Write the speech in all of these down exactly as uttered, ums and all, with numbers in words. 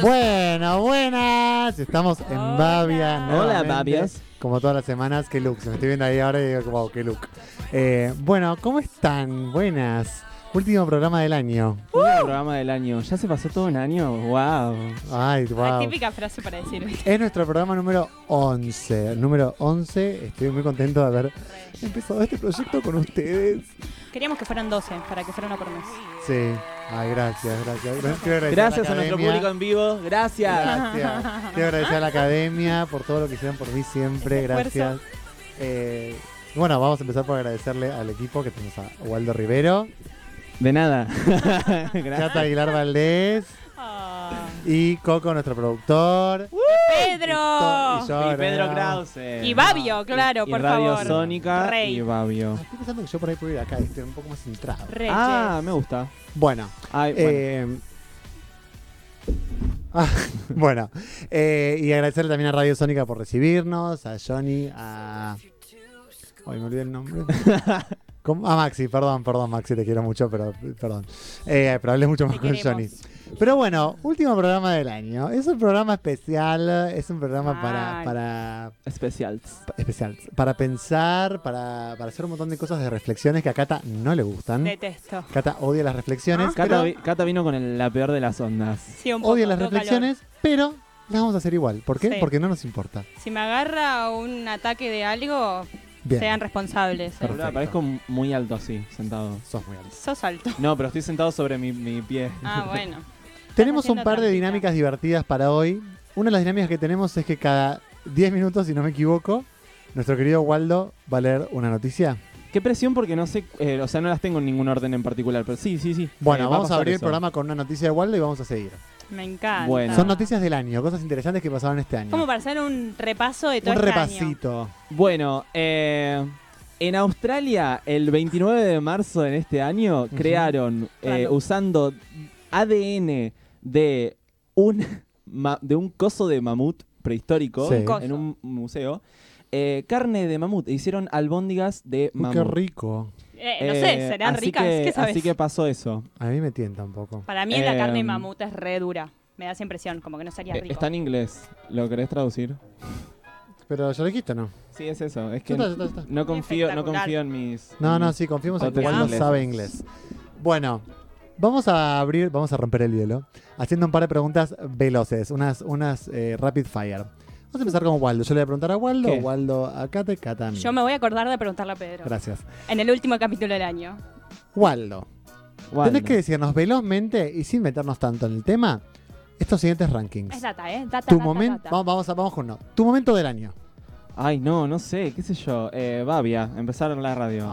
Bueno, buenas. Estamos en Hola. Babia. Hola, Babias. Como todas las semanas, qué look. Se me estoy viendo ahí ahora y digo, wow, qué look. Eh, bueno, ¿cómo están? Buenas. Último programa del año. Último programa del año. ¿Ya se pasó todo un año? ¡Wow! Ay, La wow. típica frase para decir. Es nuestro programa número once. Número once. Estoy muy contento de haber empezado este proyecto con ustedes. Queríamos que fueran doce, para que fuera uno por mes. Sí. Ay, gracias, gracias. Quiero agradecer Gracias la a nuestro academia. público en vivo. Gracias. Gracias. Quiero agradecer a la academia por todo lo que hicieron por mí siempre. Ese Gracias. Eh, bueno, vamos a empezar por agradecerle al equipo que tenemos a Waldo Rivero, De nada. Cata Gracias. Aguilar Valdés Ah. y Coco, nuestro productor. ¡Pedro! Y, yo, Y Pedro ¿no? Krause. Y Babio, claro, y por Radio favor. Sónica Rey. y Babio. Estoy pensando que yo por ahí puedo ir acá, estoy un poco más centrado. Reyes. Ah, me gusta. Bueno, Ay, bueno. eh, ah, bueno eh, y agradecerle también a Radio Sónica por recibirnos, a Johnny, a... Ay, me olvidé el nombre. ¿Cómo? A Maxi, perdón, perdón, Maxi, te quiero mucho, pero perdón. Eh, pero hablé mucho más Te con queremos. Johnny. Pero bueno, último programa del año. Es un programa especial, es un programa para, Ay. para Especials. especial, para pensar, para, para hacer un montón de cosas de reflexiones que a Cata no le gustan. Detesto. Cata odia las reflexiones, Ah. Cata, pero vi- Cata vino con el- la peor de las ondas. Sí, un poco, odia las tengo reflexiones, pero las vamos a hacer igual. ¿Por qué? Sí. Porque no nos importa. calor. Si me agarra un ataque de algo, Bien, sean responsables. Perfecto. Boluda, parezco muy alto así, sentado. sos muy alto. Sos alto. No, pero estoy sentado sobre mi, mi pie. Ah, bueno. Tenemos un haciendo par de trampita. dinámicas divertidas para hoy. Una de las dinámicas que tenemos es que cada diez minutos, si no me equivoco, nuestro querido Waldo va a leer una noticia. Qué presión porque no sé, eh, o sea, no las tengo en ningún orden en particular, pero sí, sí, sí. Bueno, Eh, va vamos a pasar abrir el eso. programa con una noticia de Waldo y vamos a seguir. Me encanta. Bueno. Son noticias del año, cosas interesantes que pasaron este año. Como para hacer un repaso de todo Un este año. repasito. Bueno, eh, en Australia, el veintinueve de marzo de este año, Ujú. crearon, eh, Random. usando A D N de un, ma- de un coso de mamut prehistórico Sí. Un coso. en un museo, eh, carne de mamut. E hicieron albóndigas de Uy, mamut. qué rico. Eh, no sé, Eh, ¿serán así ricas? que- ¿Qué sabes? Así que pasó eso. A mí me tienta un poco. Para mí la carne de Em, mamut es re dura. Me da esa impresión, como que no sería Eh, rico. está en inglés. ¿Lo querés traducir? Pero ya lo dijiste, ¿no? Sí, es eso. Es Ya que está, ya está, ya está. no confío, no Espectacular. confío en mis... No, no, mis- sí, confiemos en que dotes Waldo ingleses. sabe inglés. Bueno, vamos a abrir, vamos a romper el hielo, haciendo un par de preguntas veloces, unas, unas eh, rapid fire. Vamos a empezar con Waldo. Yo le voy a preguntar a Waldo, ¿Qué? Waldo a Cata y Cata a mí. Yo me voy a acordar de preguntarle a Pedro. Gracias. En el último capítulo del año. Waldo, Waldo. tenés que decirnos velozmente y sin meternos tanto en el tema estos siguientes rankings. Es data, ¿eh? Data, Tu data, momento, data. vamos, vamos, a- vamos con uno. Tu momento del año. Ay, no, no sé, qué sé yo. Eh, Babia, empezar en la radio.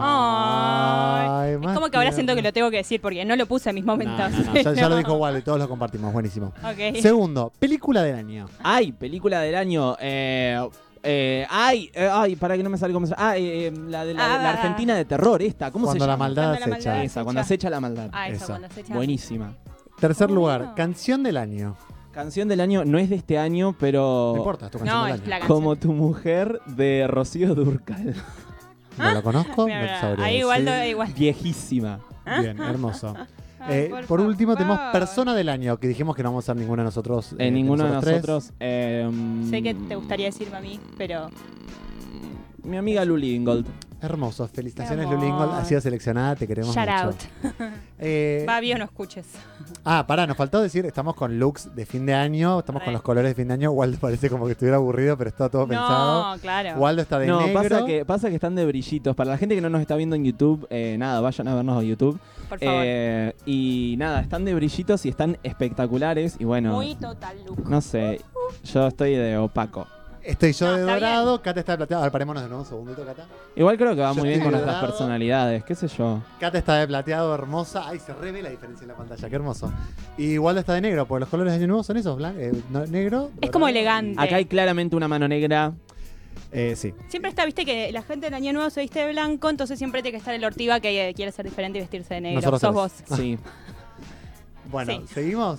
Ay, Ay, es más como que ahora siento que tierno. lo tengo que decir porque no lo puse en mis No, momentos. no, no, ya, ya lo dijo Waldo y todos lo compartimos. Buenísimo. Ok. Segundo, película del año. Ay, película del año. Eh, eh, ay, eh, ay, para que no me salga cómo se llama. Ah, eh, eh, la de la, Ah. la Argentina de terror, esta. ¿Cómo Cuando se la llama? maldad Cuando la acecha. maldad Esa, cuando acecha la maldad. Ah, eso, Eso. cuando se echa. Buenísima. Tercer Oh, lugar, bueno. canción del año. Canción del año no es de este año, pero. No importa, es tu canción No, del es año. la canción. Como tu mujer de Rocío Dúrcal. No lo conozco, Mira, no te mira, sabría ahí igual, decir. lo- igual. Viejísima. Bien, hermoso. Ay, Eh, por último, tenemos favor. persona del año, que dijimos que no vamos a ser ninguna de nosotros. En eh, ninguno de tres. nosotros. eh, Sé que te gustaría decirme a mí, pero Mi amiga Luli Ingold. Hermoso, felicitaciones Mi amor. Luli Ingold, has sido seleccionada, te queremos shout mucho. out. Eh, Babio, no escuches. ah, pará, nos faltó decir, estamos con looks de fin de año, estamos Re. con los colores de fin de año. Waldo parece como que estuviera aburrido, pero está todo pensado. No, claro. Waldo está de No, negro. pasa que, pasa que están de brillitos. Para la gente que no nos está viendo en YouTube, eh, nada, vayan a vernos a YouTube. Por favor. Eh, y nada, están de brillitos y están espectaculares. Y bueno, Muy total look. no sé, yo estoy de opaco. Estoy yo No, de está dorado, Cata está de plateado. A ver, parémonos de nuevo un segundito, Cata. Igual creo que va Yo muy bien estoy con de nuestras dorado. personalidades, qué sé yo. Cata está de plateado, hermosa. Ay, se re ve la diferencia en la pantalla, qué hermoso. Y Waldo está de negro, porque los colores de año nuevo son esos, blan- eh, no- negro. Es como dorado. elegante. Acá hay claramente una mano negra. Eh, sí. Siempre está, viste, que la gente del año nuevo se viste de blanco, entonces siempre tiene que estar el ortiva que eh, quiere ser diferente y vestirse de negro. Nosotros Sos tres. vos. Sí. Bueno, Sí. ¿seguimos?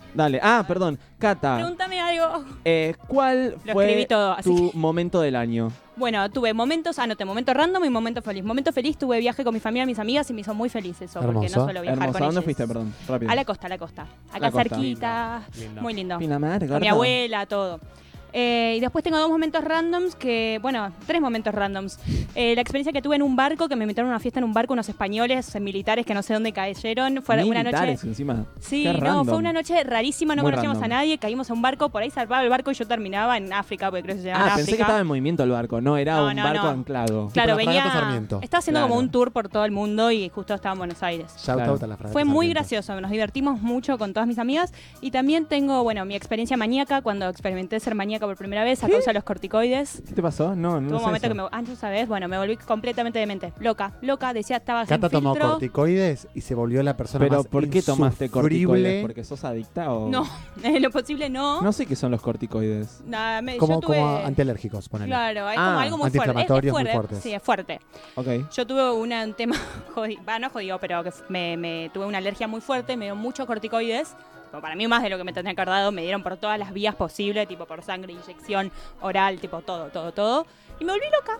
Dale. Ah, perdón. Cata, Pregúntame algo. eh, ¿cuál Lo fue escribí todo, así tu momento del año? Bueno, tuve momentos, anoté momento random y momento feliz. Momento feliz, tuve viaje con mi familia, mis amigas y me hizo muy feliz eso, porque Hermoso. no suelo viajar Hermoso. con ¿A dónde ellas. fuiste, perdón? Rápido. A la costa, a la costa. Acá La costa. cerquita. Lindo. Muy lindo. Pinamar, Con mi gordo. abuela, todo. Eh, y después tengo dos momentos randoms que, bueno, tres momentos randoms. Eh, la experiencia que tuve en un barco, que me invitaron a una fiesta en un barco, unos españoles eh, militares que no sé dónde cayeron. Fue una noche. Militares encima. Sí, Qué no, random. fue una noche rarísima, no Muy conocíamos random. a nadie, caímos a un barco, por ahí salvaba el barco y yo terminaba en África, porque creo que se llama Ah, África. pensé que estaba en movimiento el barco. No, era No, un no, barco no. anclado. Claro, la venía. Fragata Sarmiento. Estaba haciendo como Claro. un tour por todo el mundo y justo estaba en Buenos Aires. Shout Claro. out a la fragata Fue muy Sarmiento. gracioso, nos divertimos mucho con todas mis amigas y también tengo, bueno, mi experiencia maníaca cuando experimenté ser maníaca por primera vez a causa de los corticoides. ¿Qué te pasó? No, no Tuvo un sé momento eso. que me... Ah, ¿no sabes? Bueno, me volví completamente demente. Loca, loca, decía, estaba sin Cata tomó filtro. corticoides y se volvió la persona Pero más ¿por qué tomaste insufrible. corticoides? ¿Porque sos adicta o...? No, en lo posible no. No sé qué son los corticoides. Nada, me- Como, yo tuve... como antialérgicos, ponele. Claro, es Ah, como algo muy fuerte. Es, es antiinflamatorios muy fuerte. fuertes. Sí, es fuerte. Ok. Yo tuve una, un tema jodido, va, no jodido, pero que f- me, me tuve una alergia muy fuerte, me dio muchos corticoides. Como para mí más de lo que me tendría que haber dado, me dieron por todas las vías posibles, tipo por sangre, inyección, oral, tipo todo, todo, todo. Y me volví loca.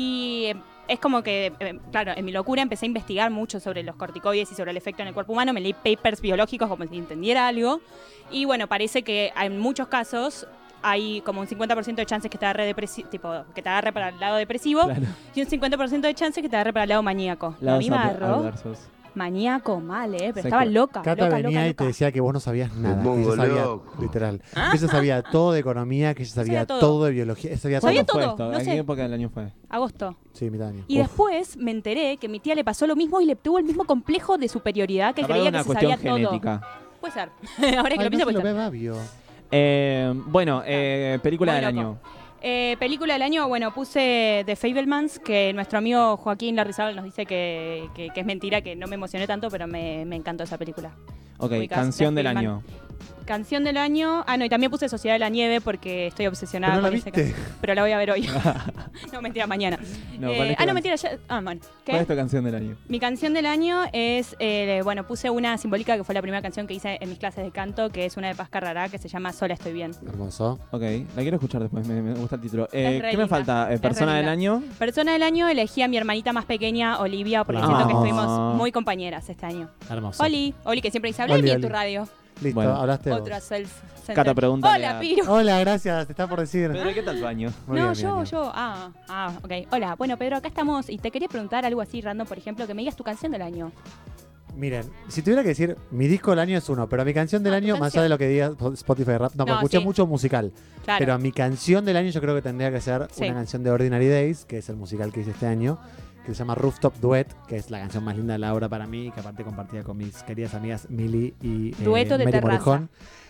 Y eh, es como que, eh, claro, en mi locura empecé a investigar mucho sobre los corticoides y sobre el efecto en el cuerpo humano. Me leí papers biológicos como si entendiera algo. Y bueno, parece que en muchos casos hay como un cincuenta por ciento de chances que te agarre, depresi- tipo, que te agarre para el lado depresivo Claro. y un cincuenta por ciento de chances que te agarre para el lado maníaco. A Lados mí me adver- agarró adversos. maníaco mal, ¿eh? Pero Sé estaba que- loca, Cata loca, venía loca, y te loca. decía que vos no sabías nada. Que pongo ella sabía, loco. literal. Que ella sabía todo de economía, que ella sabía, Sabía todo. todo. de biología. Ella sabía Sabía todo. ¿Cuándo todo, fue esto? no ¿En sé. qué época del año fue? Agosto. Sí, mitad de año. Y Uf. después me enteré que a mi tía le pasó lo mismo y le tuvo el mismo complejo de superioridad que Capaz creía una que se cuestión sabía todo. genética. Puede ser. Ahora que Ay, lo pienso, no se puede lo ser. ve Babio. Eh, bueno, eh, película Muy del loco. año. Eh, película del año, bueno, puse The Fabelmans, que nuestro amigo Joaquín Larrizábal nos dice que, que, que es mentira, que no me emocioné tanto, pero me, me encantó esa película. Ok, Ubicás, canción The del Fabelman. año. Canción del año. Ah, no, y también puse Sociedad de la Nieve porque estoy obsesionada ¿Pero no la con ese viste? canción. Pero la voy a ver hoy. No, mentira, mañana. No, Eh, ¿cuál es tu ah, no, can- mentira, ya. Ah, bueno. ¿Qué? ¿Cuál es tu canción del año? Mi canción del año es, eh, bueno, puse una simbólica que fue la primera canción que hice en mis clases de canto, que es una de Paz Carrará, que se llama Sola estoy bien. Hermoso. Ok, la quiero escuchar después, me, me gusta el título. Eh, Es re ¿Qué me linda, falta? Eh, es re ¿Persona del linda. año? Persona del año elegí a mi hermanita más pequeña, Olivia, porque Ah. siento que estuvimos muy compañeras este año. Hermoso. Oli, Oli que siempre dice, habla de Oli, mí en tu Oli. radio. Listo, Bueno. hablaste vos. Otra self Cata, pregúntale Hola, a- Piru. Hola, gracias. Te está por decir. Pedro, ¿qué tal tu año? Muy no, bien, yo, bien, bien. yo. Ah, ah, ok. Hola, bueno, Pedro, acá estamos y te quería preguntar algo así random, por ejemplo, que me digas tu canción del año. Miren, si tuviera que decir, mi disco del año es uno, pero mi canción del Ah, tu año, más canción. allá de lo que diga Spotify Rap, no, No, porque escuché sí. mucho musical. Claro. Pero mi canción del año yo creo que tendría que ser Sí. una canción de Ordinary Days, que es el musical que hice este año, que se llama Rooftop Duet, que es la canción más linda de la obra para mí, que aparte compartía con mis queridas amigas Mili y eh, Dueto de Mary terraza. Morejón.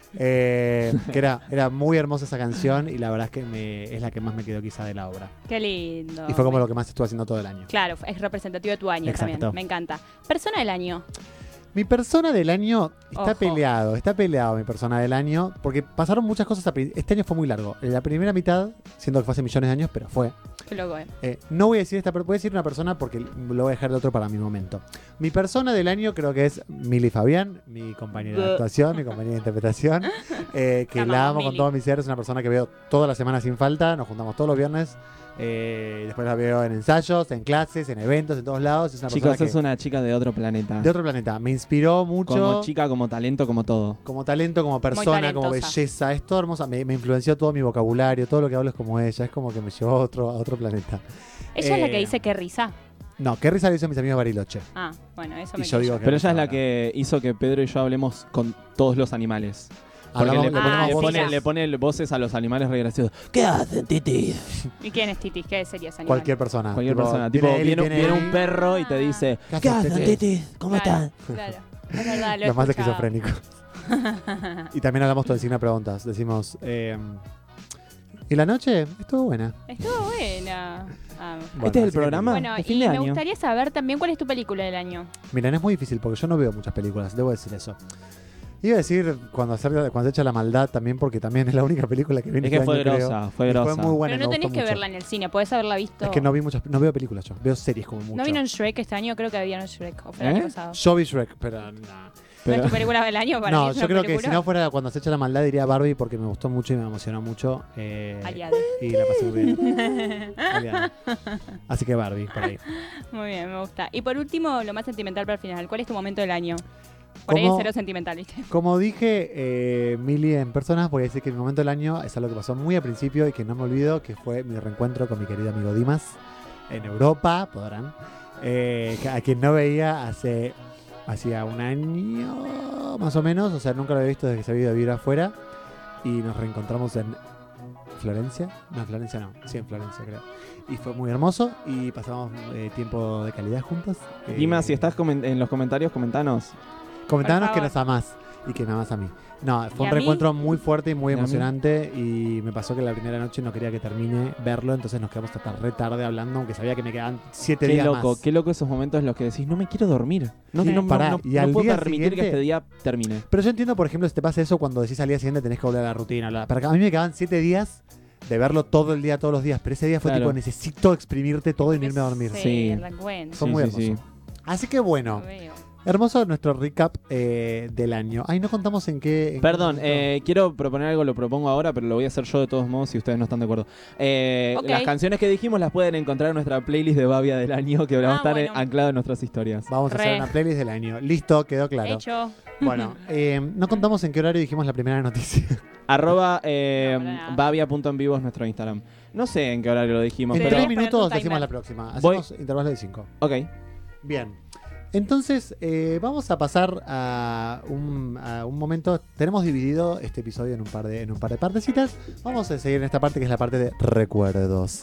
Eh, que era, era muy hermosa esa canción y la verdad es que me, es la que más me quedó quizá de la obra. Qué lindo. Y fue como Me- lo que más estuve haciendo todo el año. Claro, es representativo de tu año Exacto. también. Me encanta. Persona del año. Mi persona del año está Ojo. peleado, está peleado mi persona del año, porque pasaron muchas cosas. a pri- Este año fue muy largo. En la primera mitad, siendo que fue hace millones de años, pero fue. Qué loco, eh. Eh, no voy a decir esta, pero voy a decir una persona porque lo voy a dejar de otro para mi momento. Mi persona del año creo que es Mili Fabián, mi compañera de Buh. actuación, mi compañera de interpretación, eh, que Te la amamos, amo con Mili. todo mi ser. Es una persona que veo toda la semana sin falta. Nos juntamos todos los viernes. eh, después la veo en ensayos, en clases, en eventos, en todos lados. Es una Chicos, persona es que- una chica de otro planeta. de otro planeta. Me inspiró mucho. Como chica, como talento, como todo. Como talento, como persona, como talentosa. belleza, es todo hermosa. Me, me influenció todo mi vocabulario, todo lo que hablo es como ella, es como que me llevó a otro, a otro planeta. Ella es la Eh, que dice que risa. No, qué risa le hizo a mis amigos Bariloche. Ah, bueno, eso Y me yo digo cayó. que Pero ella es la ahora. que hizo que Pedro y yo hablemos con todos los animales. Porque Hablamos- le, le Ah, ponemos le sí, voces. pone, ya. le pone voces a los animales re graciosos. ¿Qué hacen, Titi? ¿Y quién es Titis? ¿Qué sería ese animal? Cualquier persona. Cualquier Tipo, persona. Tipo, viene él y viene, tiene viene él, un perro y te dice, ¿Qué ¿qué haces, hacen, Titi? Titi? ¿Cómo Claro, están? Claro, es verdad, lo he Los más escuchado. esquizofrénicos. Y también hablamos todo en signo de preguntas. Decimos, eh, ¿y la noche? Estuvo buena. Estuvo buena. Ah, Bueno, Este es el así que- programa. bueno, de y fin de me año. gustaría saber también cuál es tu película del año. Miren, es muy difícil porque yo no veo muchas películas, debo decir eso. Iba a decir cuando, acerca- cuando se echa la maldad también porque también es la única película que vi Es este que fue año, creo. grosa, fue Y grosa. Fue muy buena, Pero no me tenés gustó que mucho. verla en el cine, podés haberla visto. Es que no vi muchas, no veo películas yo, veo series como mucho. ¿No vino en Shrek este año? Creo que había en Shrek. O fue el año ¿Eh? pasado. Yo vi Shrek, pero no. Pero- ¿No es tu película del año? Para mí No, es yo una creo que película. si no fuera Cuando se echa la maldad diría Barbie porque me gustó mucho y me emocionó mucho. Eh, Aliade. y la pasé muy bien. Aliade. Así que Barbie, por ahí. Muy bien, me gusta. Y por último, lo más sentimental para el final. ¿Cuál es tu momento del año? Por ahí es ¿Cómo? cero sentimental, ¿viste? Como dije, eh, Mili en personas, voy a decir que mi momento del año es algo que pasó muy al principio y que no me olvido, que fue mi reencuentro con mi querido amigo Dimas en Europa, podrán. Eh, a quien no veía hace hacía un año más o menos, o sea, nunca lo había visto desde que se había ido a vivir afuera y nos reencontramos en Florencia, no, Florencia no, sí, en Florencia creo. Y fue muy hermoso y pasamos eh, tiempo de calidad juntos. Eh, Dima, si estás comen- en los comentarios, comentanos. Comentanos Por que favor. nos amás y que me amás a mí. No, ¿Y fue un a mí? reencuentro muy fuerte y muy ¿Y a mí? emocionante y me pasó que la primera noche no quería que termine verlo, entonces nos quedamos hasta re tarde hablando, aunque sabía que me quedaban siete Qué días loco, más. qué loco esos momentos en los que decís, no me quiero dormir. No, Sí, no, no, pará, no, y no al puedo día permitir que siguiente- este día termine. Pero yo entiendo, por ejemplo, si te pasa eso cuando decís al día siguiente tenés que volver a la rutina. bla, bla. Pero a mí me quedaban siete días de verlo todo el día, todos los días, pero ese día fue Claro. tipo, necesito exprimirte todo y no irme a dormir. Sí, Sí. el reencuentro. Fue muy hermoso. Así que bueno, Lo veo. hermoso nuestro recap eh, del año. Ay, no contamos en qué... en qué Perdón, momento. eh, quiero proponer algo, lo propongo ahora, pero lo voy a hacer yo de todos modos si ustedes no están de acuerdo. Eh, Ok. Las canciones que dijimos las pueden encontrar en nuestra playlist de Babia del año, que va a Ah, estar bueno. eh, anclado en nuestras historias. Vamos a Re. hacer una playlist del año. Listo, quedó claro. Hecho. Bueno, eh, no contamos en qué horario dijimos la primera noticia. Arroba eh, No, para nada. babia.en vivo es nuestro Instagram. No sé en qué horario lo dijimos, En Sí. pero... tres Poner minutos un timer. decimos la próxima. Voy. Hacemos intervalos de cinco. Ok. Bien. Entonces, eh, vamos a pasar a un, a un momento. Tenemos dividido este episodio en un par de, en un par de partecitas. Vamos a seguir en esta parte que es la parte de recuerdos.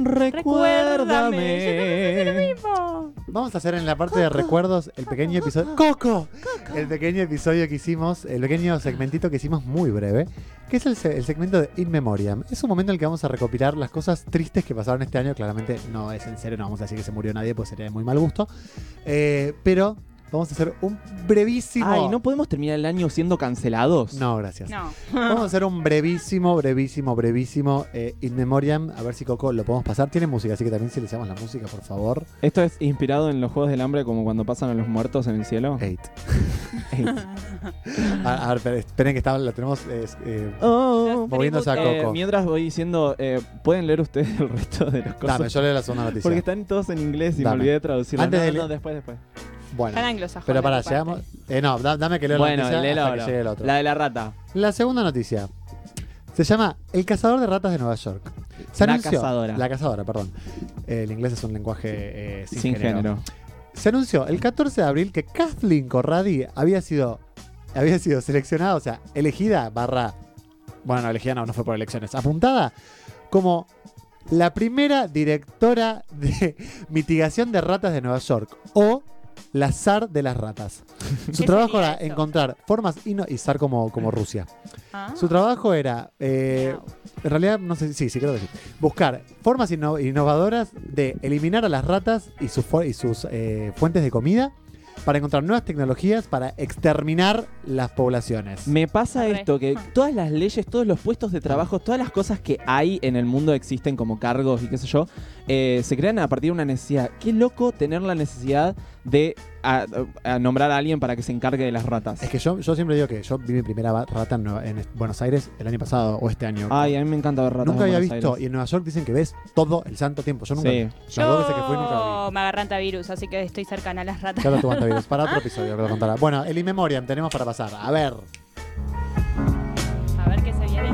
Recuérdame. Mismo. Vamos a hacer en la parte de recuerdos el pequeño episodio. ¡Coco! El pequeño episodio que hicimos, el pequeño segmentito que hicimos muy breve, que es el, se- el segmento de In Memoriam. Es un momento en el que vamos a recopilar las cosas tristes que pasaron este año. Claramente no es en serio, no vamos a decir que se murió nadie, pues sería de muy mal gusto. Eh, pero vamos a hacer un brevísimo. Ay, ¿no podemos terminar el año siendo cancelados? No, gracias. No. Vamos a hacer un brevísimo, brevísimo, brevísimo eh, In Memoriam. A ver si Coco lo podemos pasar. Tiene música, así que también si le llamos la música, por favor. Esto es inspirado en los Juegos del Hambre, como cuando pasan a los muertos en el cielo. Eight. Eight. A, a ver, esperen, esperen que está, lo tenemos es, eh, Oh. moviéndose a Eh, Coco. mientras voy diciendo, eh, ¿pueden leer ustedes el resto de las cosas? Dame, yo leo la segunda noticia. Porque están todos en inglés y Dame. me olvidé de traducirlo. Antes no, de no, le- después, después. Bueno, Están anglosajones. pero para, de tu parte. llegamos. Eh, no, da- dame que leo Bueno, la noticia léelo hasta ahora. que llegue el otro. La de la rata. La segunda noticia se llama El cazador de ratas de Nueva York. Se La anunció- cazadora. La cazadora, perdón. Eh, el inglés es un lenguaje eh, sin, Sin, género. género. Se anunció el catorce de abril que Kathleen Corradi había sido, había sido seleccionada, o sea, elegida barra. Bueno, no, elegida no, no fue por elecciones. Apuntada como la primera directora de mitigación de ratas de Nueva York. O la zar de las ratas. Su ¿Qué trabajo sería era eso? encontrar formas ino y zar como, como Rusia. Ah. Su trabajo era, eh, Miau. en realidad, no sé, sí, sí, creo que sí, buscar formas inno- innovadoras de eliminar a las ratas y sus, fu- y sus eh, fuentes de comida para encontrar nuevas tecnologías para exterminar las poblaciones. Me pasa Arre. esto, que todas las leyes, todos los puestos de trabajo, todas las cosas que hay en el mundo existen como cargos y qué sé yo, eh, se crean a partir de una necesidad. Qué loco tener la necesidad de a- a nombrar a alguien para que se encargue de las ratas. Es que yo, yo siempre digo que yo vi mi primera ba- rata en, Nueva- en Buenos Aires el año pasado o este año. Ay, a mí me encanta ver ratas. nunca en había Buenos visto. Aires. Y en Nueva York dicen que ves todo el santo tiempo. Yo nunca Sí. vi. Las dos veces que fui nunca Yo me agarré antivirus, así que estoy cercana a las vi. ratas. Ya lo tuvo antivirus. Para otro episodio que lo contará. Bueno, el In Memoriam tenemos para pasar. A ver. A ver qué se viene.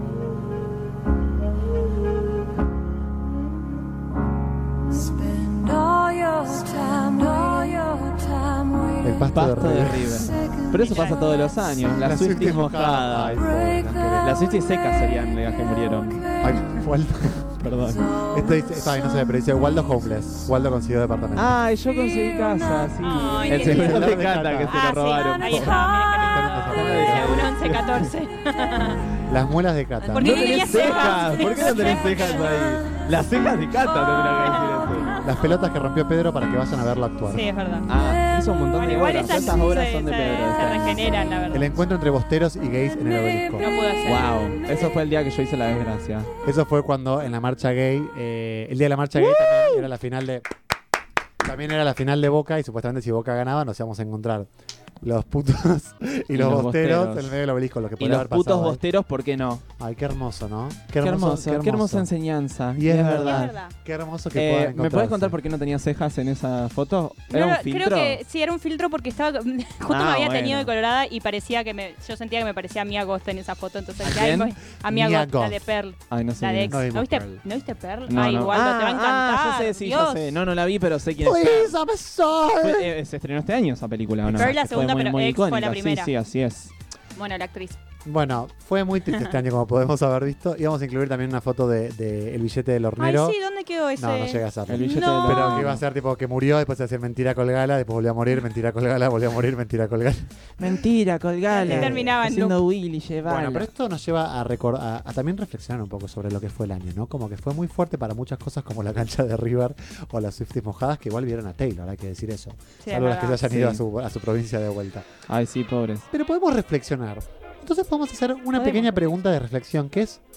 Spend all your time, all your time El waiting. pasto, Pasto de de River. River. Pero eso pasa todos los años. La, La Swifties Swifties mojada. mojada. Ay, pobre, tan querida. Las Swifties secas serían las que murieron. Ay, Waldo. Perdón. Esto dice, esto ahí no se ve, pero dice Waldo Homeless. Waldo consiguió departamento. Ay, yo conseguí casa, sí. Ay, el qué celular lindo. de Cata que se Ah, lo sí, robaron. ahí está, miren, un once catorce. Las muelas de Cata. ¿Por qué No no tenés tenías cejas. cejas? ¿Por qué no tenés cejas ahí? Las cejas de Cata tendría que decir eso. Las pelotas que rompió Pedro para que vayan a verlo actuar. Sí, es verdad. Ah, hizo un montón Bueno, de igual obras. esas, Esas obras se, son de se- Pedro. se esas. regeneran, la verdad. El encuentro entre bosteros y gays en el obelisco. No pudo hacer. Wow, eso fue el día que yo hice la desgracia. Eso fue cuando en la marcha gay, eh, el día de la marcha gay también era la final de. También era la final de Boca y supuestamente si Boca ganaba nos íbamos a encontrar los putos y, Y los, los bosteros bosteros. en medio del obelisco, lo que Y podría los haber putos pasado ahí. bosteros, ¿por qué no? Ay, qué hermoso, ¿no? Qué hermoso, qué, hermosa enseñanza. Y es Es verdad. verdad. Qué hermoso que Eh, puedan ¿Me puedes encontrarse. contar por qué no tenía cejas en esa foto? ¿Era No, un no, filtro? Creo que sí, era un filtro porque estaba justo Ah, me había bueno. tenido de colorada y parecía que me yo sentía que me parecía a Mia Goth en esa foto, entonces ¿A dije, quién? ay, a Mia Mia Goth, la Goth. de Pearl, Ay, no sé. la de quién ex. No es. vimos ¿No viste, Pearl. ¿No viste Pearl? No, Ay, no. igual, te va a Ah, encantar. ah, ya sé, sí, Dios. ya sé. No, no la vi, pero sé quién es. Please, I'm sorry. Fue- eh, se estrenó este año esa película, ¿o no? Pearl la Fue segunda, muy, pero muy Ex fue la icónica. primera. Sí, sí, así es. Bueno, la actriz. Bueno, fue muy triste este año, como podemos haber visto. Íbamos a incluir también una foto de, de el billete del Ay, hornero. sí, ¿dónde quedó ese? No, no llega a ser. El billete No. del Pero horno. que iba a ser tipo que murió, después se hacía mentira colgala, después volvió a morir, mentira colgala, volvió a morir, mentira colgala. Mentira, colgala. Así terminaba en Haciendo Willy, llevala. Bueno, pero esto nos lleva a, recor- a, a también reflexionar un poco sobre lo que fue el año, ¿no? Como que fue muy fuerte para muchas cosas como la cancha de River o las Swifties mojadas, que igual vieron a Taylor, hay que decir eso. Sí, Salvo es las que se verdad. hayan ido a Sí. su, a su provincia de vuelta. Ay, sí, pobres. Pero podemos reflexionar. Entonces podemos hacer una Podemos pequeña reflexionar. pregunta de reflexión, que es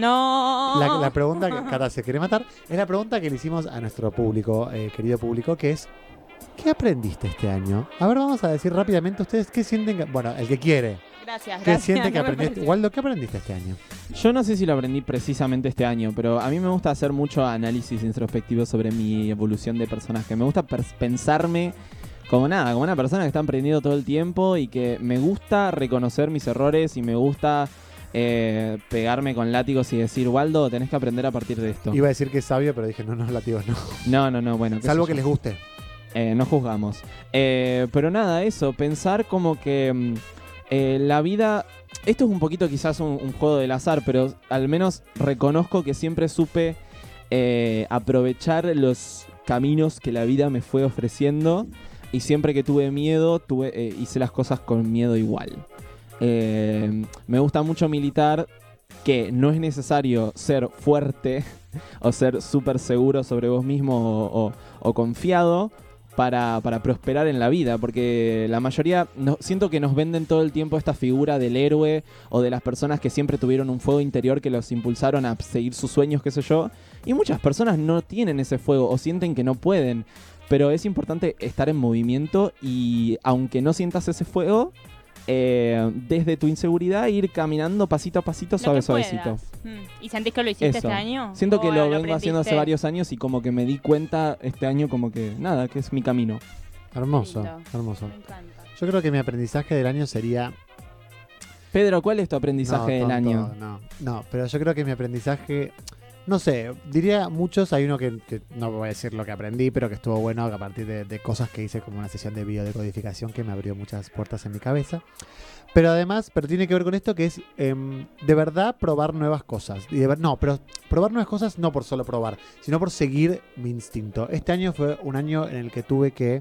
No. la, la pregunta que Cata se quiere matar, es la pregunta que le hicimos a nuestro público, eh, querido público, que es ¿qué aprendiste este año? A ver, vamos a decir rápidamente ustedes qué sienten que, bueno, el que quiere, Gracias, ¿qué gracias. siente que no me aprendiste? pareció. Waldo, ¿qué aprendiste este año? Yo no sé si lo aprendí precisamente este año, pero a mí me gusta hacer mucho análisis introspectivo sobre mi evolución de personaje. Me gusta pers- pensarme como nada, como una persona que está aprendiendo todo el tiempo y que me gusta reconocer mis errores y me gusta eh, pegarme con látigos y decir, Waldo, tenés que aprender a partir de esto. Iba a decir que es sabio, pero dije, no, no, látigos no. No, no, no, bueno. qué Salvo sé que yo. les guste. Eh, no juzgamos. Eh, pero nada, eso, pensar como que mm, eh, la vida... Esto es un poquito quizás un, un juego del azar, pero al menos reconozco que siempre supe eh, aprovechar los caminos que la vida me fue ofreciendo y siempre que tuve miedo, tuve, eh, hice las cosas con miedo igual. Eh, me gusta mucho militar que no es necesario ser fuerte o ser súper seguro sobre vos mismo o, o- o confiado para, para prosperar en la vida, porque la mayoría, no, siento que nos venden todo el tiempo esta figura del héroe o de las personas que siempre tuvieron un fuego interior que los impulsaron a seguir sus sueños, qué sé yo, y muchas personas no tienen ese fuego o sienten que no pueden, pero es importante estar en movimiento y aunque no sientas ese fuego, eh, desde tu inseguridad ir caminando pasito a pasito, Lo suave, que suavecito. puedas. Mm. ¿Y sentís que lo hiciste Eso. este año? Siento ¿O que lo vengo haciendo hace aprendiste? varios años y como que me di cuenta este año como que nada, que es mi camino. Hermoso, Lindo. hermoso. Me encanta. Yo creo que mi aprendizaje del año sería... Pedro, ¿cuál es tu aprendizaje No, del tonto, año? No, no, pero yo creo que mi aprendizaje... No sé, diría muchos, hay uno que, que no voy a decir lo que aprendí, pero que estuvo bueno a partir de, de cosas que hice como una sesión de biodecodificación que me abrió muchas puertas en mi cabeza. Pero además, pero tiene que ver con esto que es em, de verdad probar nuevas cosas. Y de ver, no, pero probar nuevas cosas no por solo probar, sino por seguir mi instinto. Este año fue un año en el que tuve que,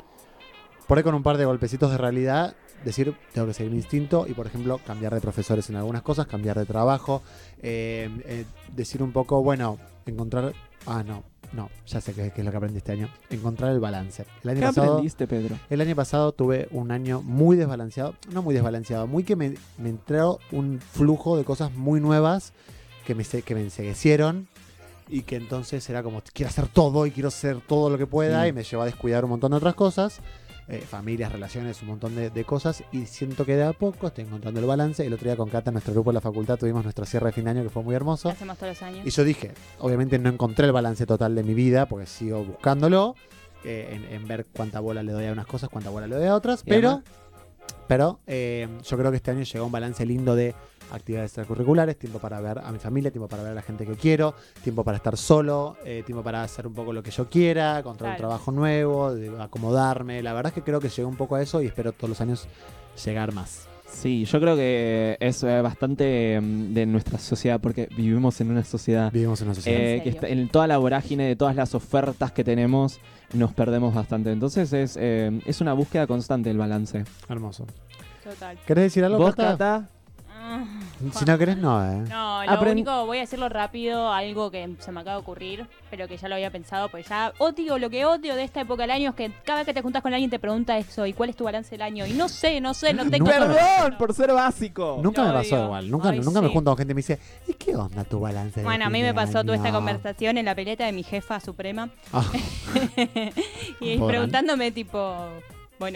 por ahí con un par de golpecitos de realidad, decir, tengo que seguir mi instinto y, por ejemplo, cambiar de profesores en algunas cosas, cambiar de trabajo, eh, eh, decir un poco, bueno, encontrar... Ah, no, no, ya sé qué, qué es lo que aprendí este año. Encontrar el balance. El año ¿Qué pasado... aprendiste, Pedro? El año pasado tuve un año muy desbalanceado, no muy desbalanceado, muy que me, me entró un flujo de cosas muy nuevas que me, se- que me enseguecieron y que entonces era como, quiero hacer todo y quiero hacer todo lo que pueda Sí. y me llevó a descuidar un montón de otras cosas, eh, familias, relaciones, un montón de, de cosas y siento que de a poco estoy encontrando el balance. El otro día con Cata, en nuestro grupo de la facultad, tuvimos nuestro cierre de fin de año que fue muy hermoso. Lo hacemos todos los años. Y yo dije, obviamente no encontré el balance total de mi vida, porque sigo buscándolo, eh, en, en ver cuánta bola le doy a unas cosas, cuánta bola le doy a otras, Y pero, además- pero eh, yo creo que este año llegó un balance lindo de actividades extracurriculares, tiempo para ver a mi familia, tiempo para ver a la gente que quiero, tiempo para estar solo, eh, tiempo para hacer un poco lo que yo quiera, encontrar un Claro. trabajo nuevo, de acomodarme. La verdad es que creo que llegó un poco a eso y espero todos los años llegar más. Sí, yo creo que es eh, bastante mm, de nuestra sociedad, porque vivimos en una sociedad Vivimos en una sociedad. eh, ¿En que serio? está, en toda la vorágine de todas las ofertas que tenemos nos perdemos bastante. Entonces es, eh, es una búsqueda constante el balance. Hermoso. Total. ¿Querés decir algo, ¿Vos, Cata? Cata? Ah, Si no querés, no, ¿eh? No, lo Aprend- único, voy a decirlo rápido, algo que se me acaba de ocurrir, pero que ya lo había pensado, pues ya odio, lo que odio de esta época del año es que cada vez que te juntas con alguien te pregunta eso, ¿y cuál es tu balance del año? Y no sé, no sé, no tengo... Nunca me- Perdón por ser básico. Nunca Lo me pasó odio. igual, nunca, Ay, nunca me sí. junto con gente y me dice, ¿y qué onda tu balance? de Bueno, a mí fin me de pasó toda esta año?" conversación en la peleta de mi jefa suprema Ah, y Podrán. preguntándome tipo, bueno,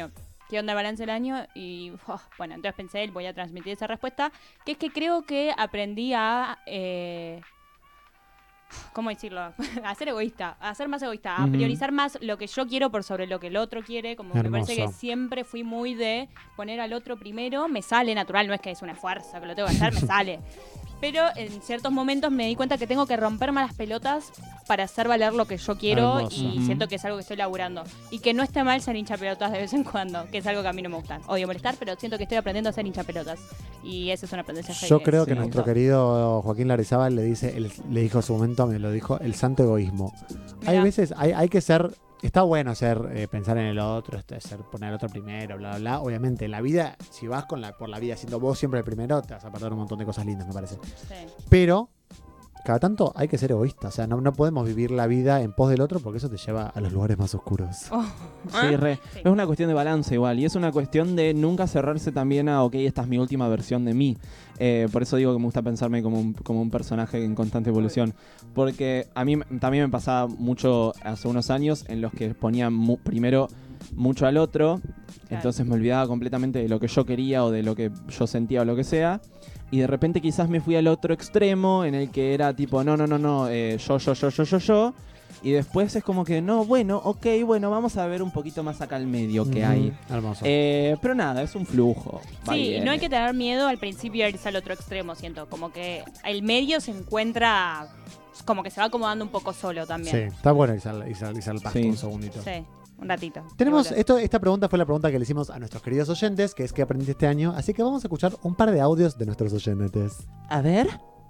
¿qué onda el balance del año? Y oh, bueno, entonces pensé, voy a transmitir esa respuesta, que es que creo que aprendí a... Eh, ¿Cómo decirlo? A ser egoísta, a ser más egoísta, a Ujú. priorizar más lo que yo quiero por sobre lo que el otro quiere. Como me parece que Hermoso. siempre fui muy de poner al otro primero. Me sale natural, no es que es un esfuerzo que lo tengo que hacer, me sale. Pero en ciertos momentos me di cuenta que tengo que romperme las pelotas para hacer valer lo que yo quiero. Hermoso. Y Ujú. siento que es algo que estoy laburando. Y que no está mal ser hincha pelotas de vez en cuando, que es algo que a mí no me gusta. Odio molestar, pero siento que estoy aprendiendo a ser hincha pelotas. Y eso es un aprendizaje. Yo creo que Sí. nuestro querido Joaquín Larrazábal le dice, el- le dijo en su momento, me lo dijo, el santo egoísmo. Hay Mirá. veces, hay, hay que ser, está bueno ser, eh, pensar en el otro, este, ser, poner al otro primero, bla, bla, bla. Obviamente, en la vida, si vas con la, por la vida siendo vos siempre el primero, te vas a perder un montón de cosas lindas, me parece. Sí. Pero, cada tanto hay que ser egoísta. O sea, no, no podemos vivir la vida en pos del otro porque eso te lleva a los lugares más oscuros. Oh. Sí, re. Sí. Es una cuestión de balance igual. Y es una cuestión de nunca cerrarse también a, ok, esta es mi última versión de mí. Eh, por eso digo que me gusta pensarme como un, como un personaje en constante evolución. Porque a mí m- también me pasaba mucho hace unos años en los que ponía mu- primero mucho al otro. Entonces me olvidaba completamente de lo que yo quería o de lo que yo sentía o lo que sea. Y de repente quizás me fui al otro extremo en el que era tipo, no, no, no, no, eh, yo, yo, yo, yo, yo, yo. Y después es como que, no, bueno, ok, bueno, vamos a ver un poquito más acá al medio que Ujú, hay. Hermoso. Eh, pero nada, es un flujo. va y Sí, y viene. no hay que tener miedo al principio de irse al otro extremo, siento. Como que el medio se encuentra, como que se va acomodando un poco solo sí, también. está bueno irse al, irse al- irse al pasto Sí. un segundito. Sí, un ratito. Tenemos, Y volver. esto, esta pregunta fue la pregunta que le hicimos a nuestros queridos oyentes, que es ¿qué aprendiste este año? Así que vamos a escuchar un par de audios de nuestros oyentes. A ver.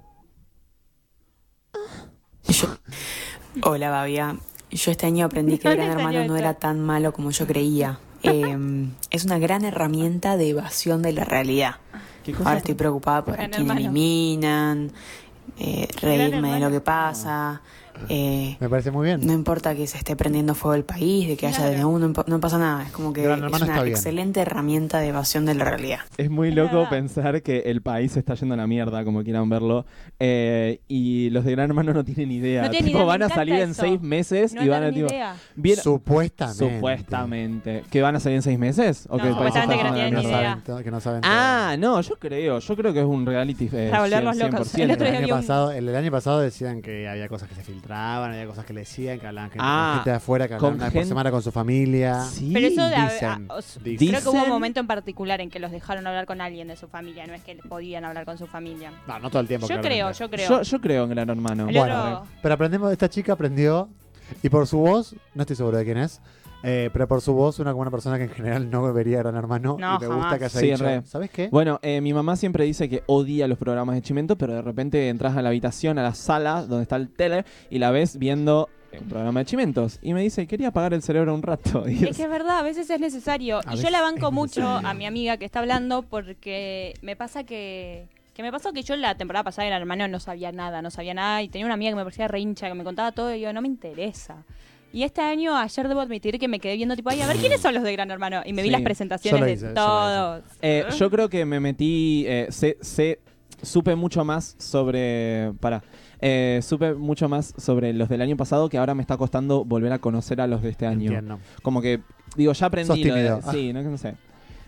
Hola, Babia. Yo este año aprendí que ¿Dónde Gran salió Hermano no esto? era tan malo como yo creía. Eh, es una gran herramienta de evasión de la realidad. ¿Qué cosa? Ahora estoy preocupada por Gran a quién Hermano. eliminan, eh, reírme de Hermano. lo que pasa. Eh, Me parece muy bien. no importa que se esté prendiendo fuego el país, de que haya Claro. D N U, no, impo- no pasa nada. Es como que Gran es Hermano está una bien. excelente herramienta de evasión de la realidad. Es muy Es loco verdad. pensar que el país se está yendo a la mierda, como quieran verlo. eh, y los de Gran Hermano no tienen idea. No tienen Tipo, idea, me van a encanta salir en eso. seis meses No y van a tengo ni tipo. idea. Bien- Supuestamente. Supuestamente. ¿Que van a salir en seis meses? ¿O No, que el país supuestamente está que no yendo a la tienen no ni mierda? idea. saben to- que no saben todo. Ah, no, yo creo. Yo creo que es un reality. Eh, Para volverlos cien- locos. cien por ciento. El otro El día año, vi un- pasado, el, el año pasado decían que había cosas que se filtraban, había cosas que le decían, que hablaban gente, con Ah, gente de afuera, que con hablaban una vez por gente- semana con su familia. Sí. Pero eso de, dicen, a- a- os- dicen. creo que hubo un Dicen- momento en particular en que los dejaron hablar con alguien de su familia, no es que podían hablar con su familia. No, no todo el tiempo. Yo creo, claramente. yo creo. Yo, yo creo en Gran Hermano. El Bueno, otro- pero aprendemos, esta chica aprendió, y por su voz, no estoy seguro de quién es, eh, pero por su voz, una buena persona que en general no vería Gran Hermano, No, y me gusta jamás. que haya Sí, dicho, re. ¿sabes qué? Bueno, eh, mi mamá siempre dice que odia los programas de Chimento, pero de repente entras a la habitación, a la sala donde está el tele, y la ves viendo un programa de Chimentos. Y me dice, quería apagar el cerebro un rato. Y Es que es verdad, a veces es necesario. A y yo veces la banco es mucho necesario. a mi amiga que está hablando porque me pasa que... Que me pasó que yo la temporada pasada de Gran Hermano no sabía nada, no sabía nada. Y tenía una amiga que me parecía re hincha, que me contaba todo y yo, no me interesa. Y este año, ayer debo admitir que me quedé viendo tipo, ay, a ver, ¿quiénes son los de Gran Hermano? Y me vi Sí, las yo presentaciones lo de hice, yo lo todos. Eh, yo creo que me metí, eh, sé, sé- supe mucho más sobre, para, eh, supe mucho más sobre los del año pasado que ahora me está costando volver a conocer a los de este año. Entiendo. Como que, digo, ya aprendí. Sos lo de- tímido. Ah. sí, no, no sé.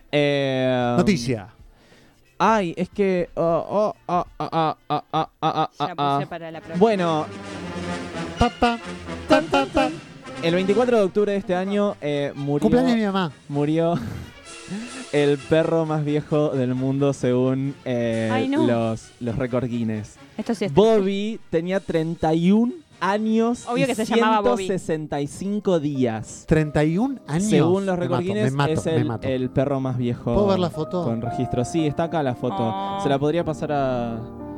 Eh, Noticia. Ay, es que... oh, oh, ah, ah, ah, ah, ah, ah, Ya ah, ah. puse para la próxima. Bueno, Pa, pa, pa, pa, pa. el veinticuatro de octubre de este año eh, murió, Cumpleaños de mi mamá. murió el perro más viejo del mundo según eh, Ay, no. los, los récord Guinness. Esto sí es Bobby tenía treinta y un años Obvio y que se llamaba Bobby. ciento sesenta y cinco días. treinta y un años. Según los Me récord mato, Guinness, me mato, es me el, mato. el perro más viejo. ¿Puedo ver la foto? Con registro. Sí, está acá la foto. Oh. Se la podría pasar a...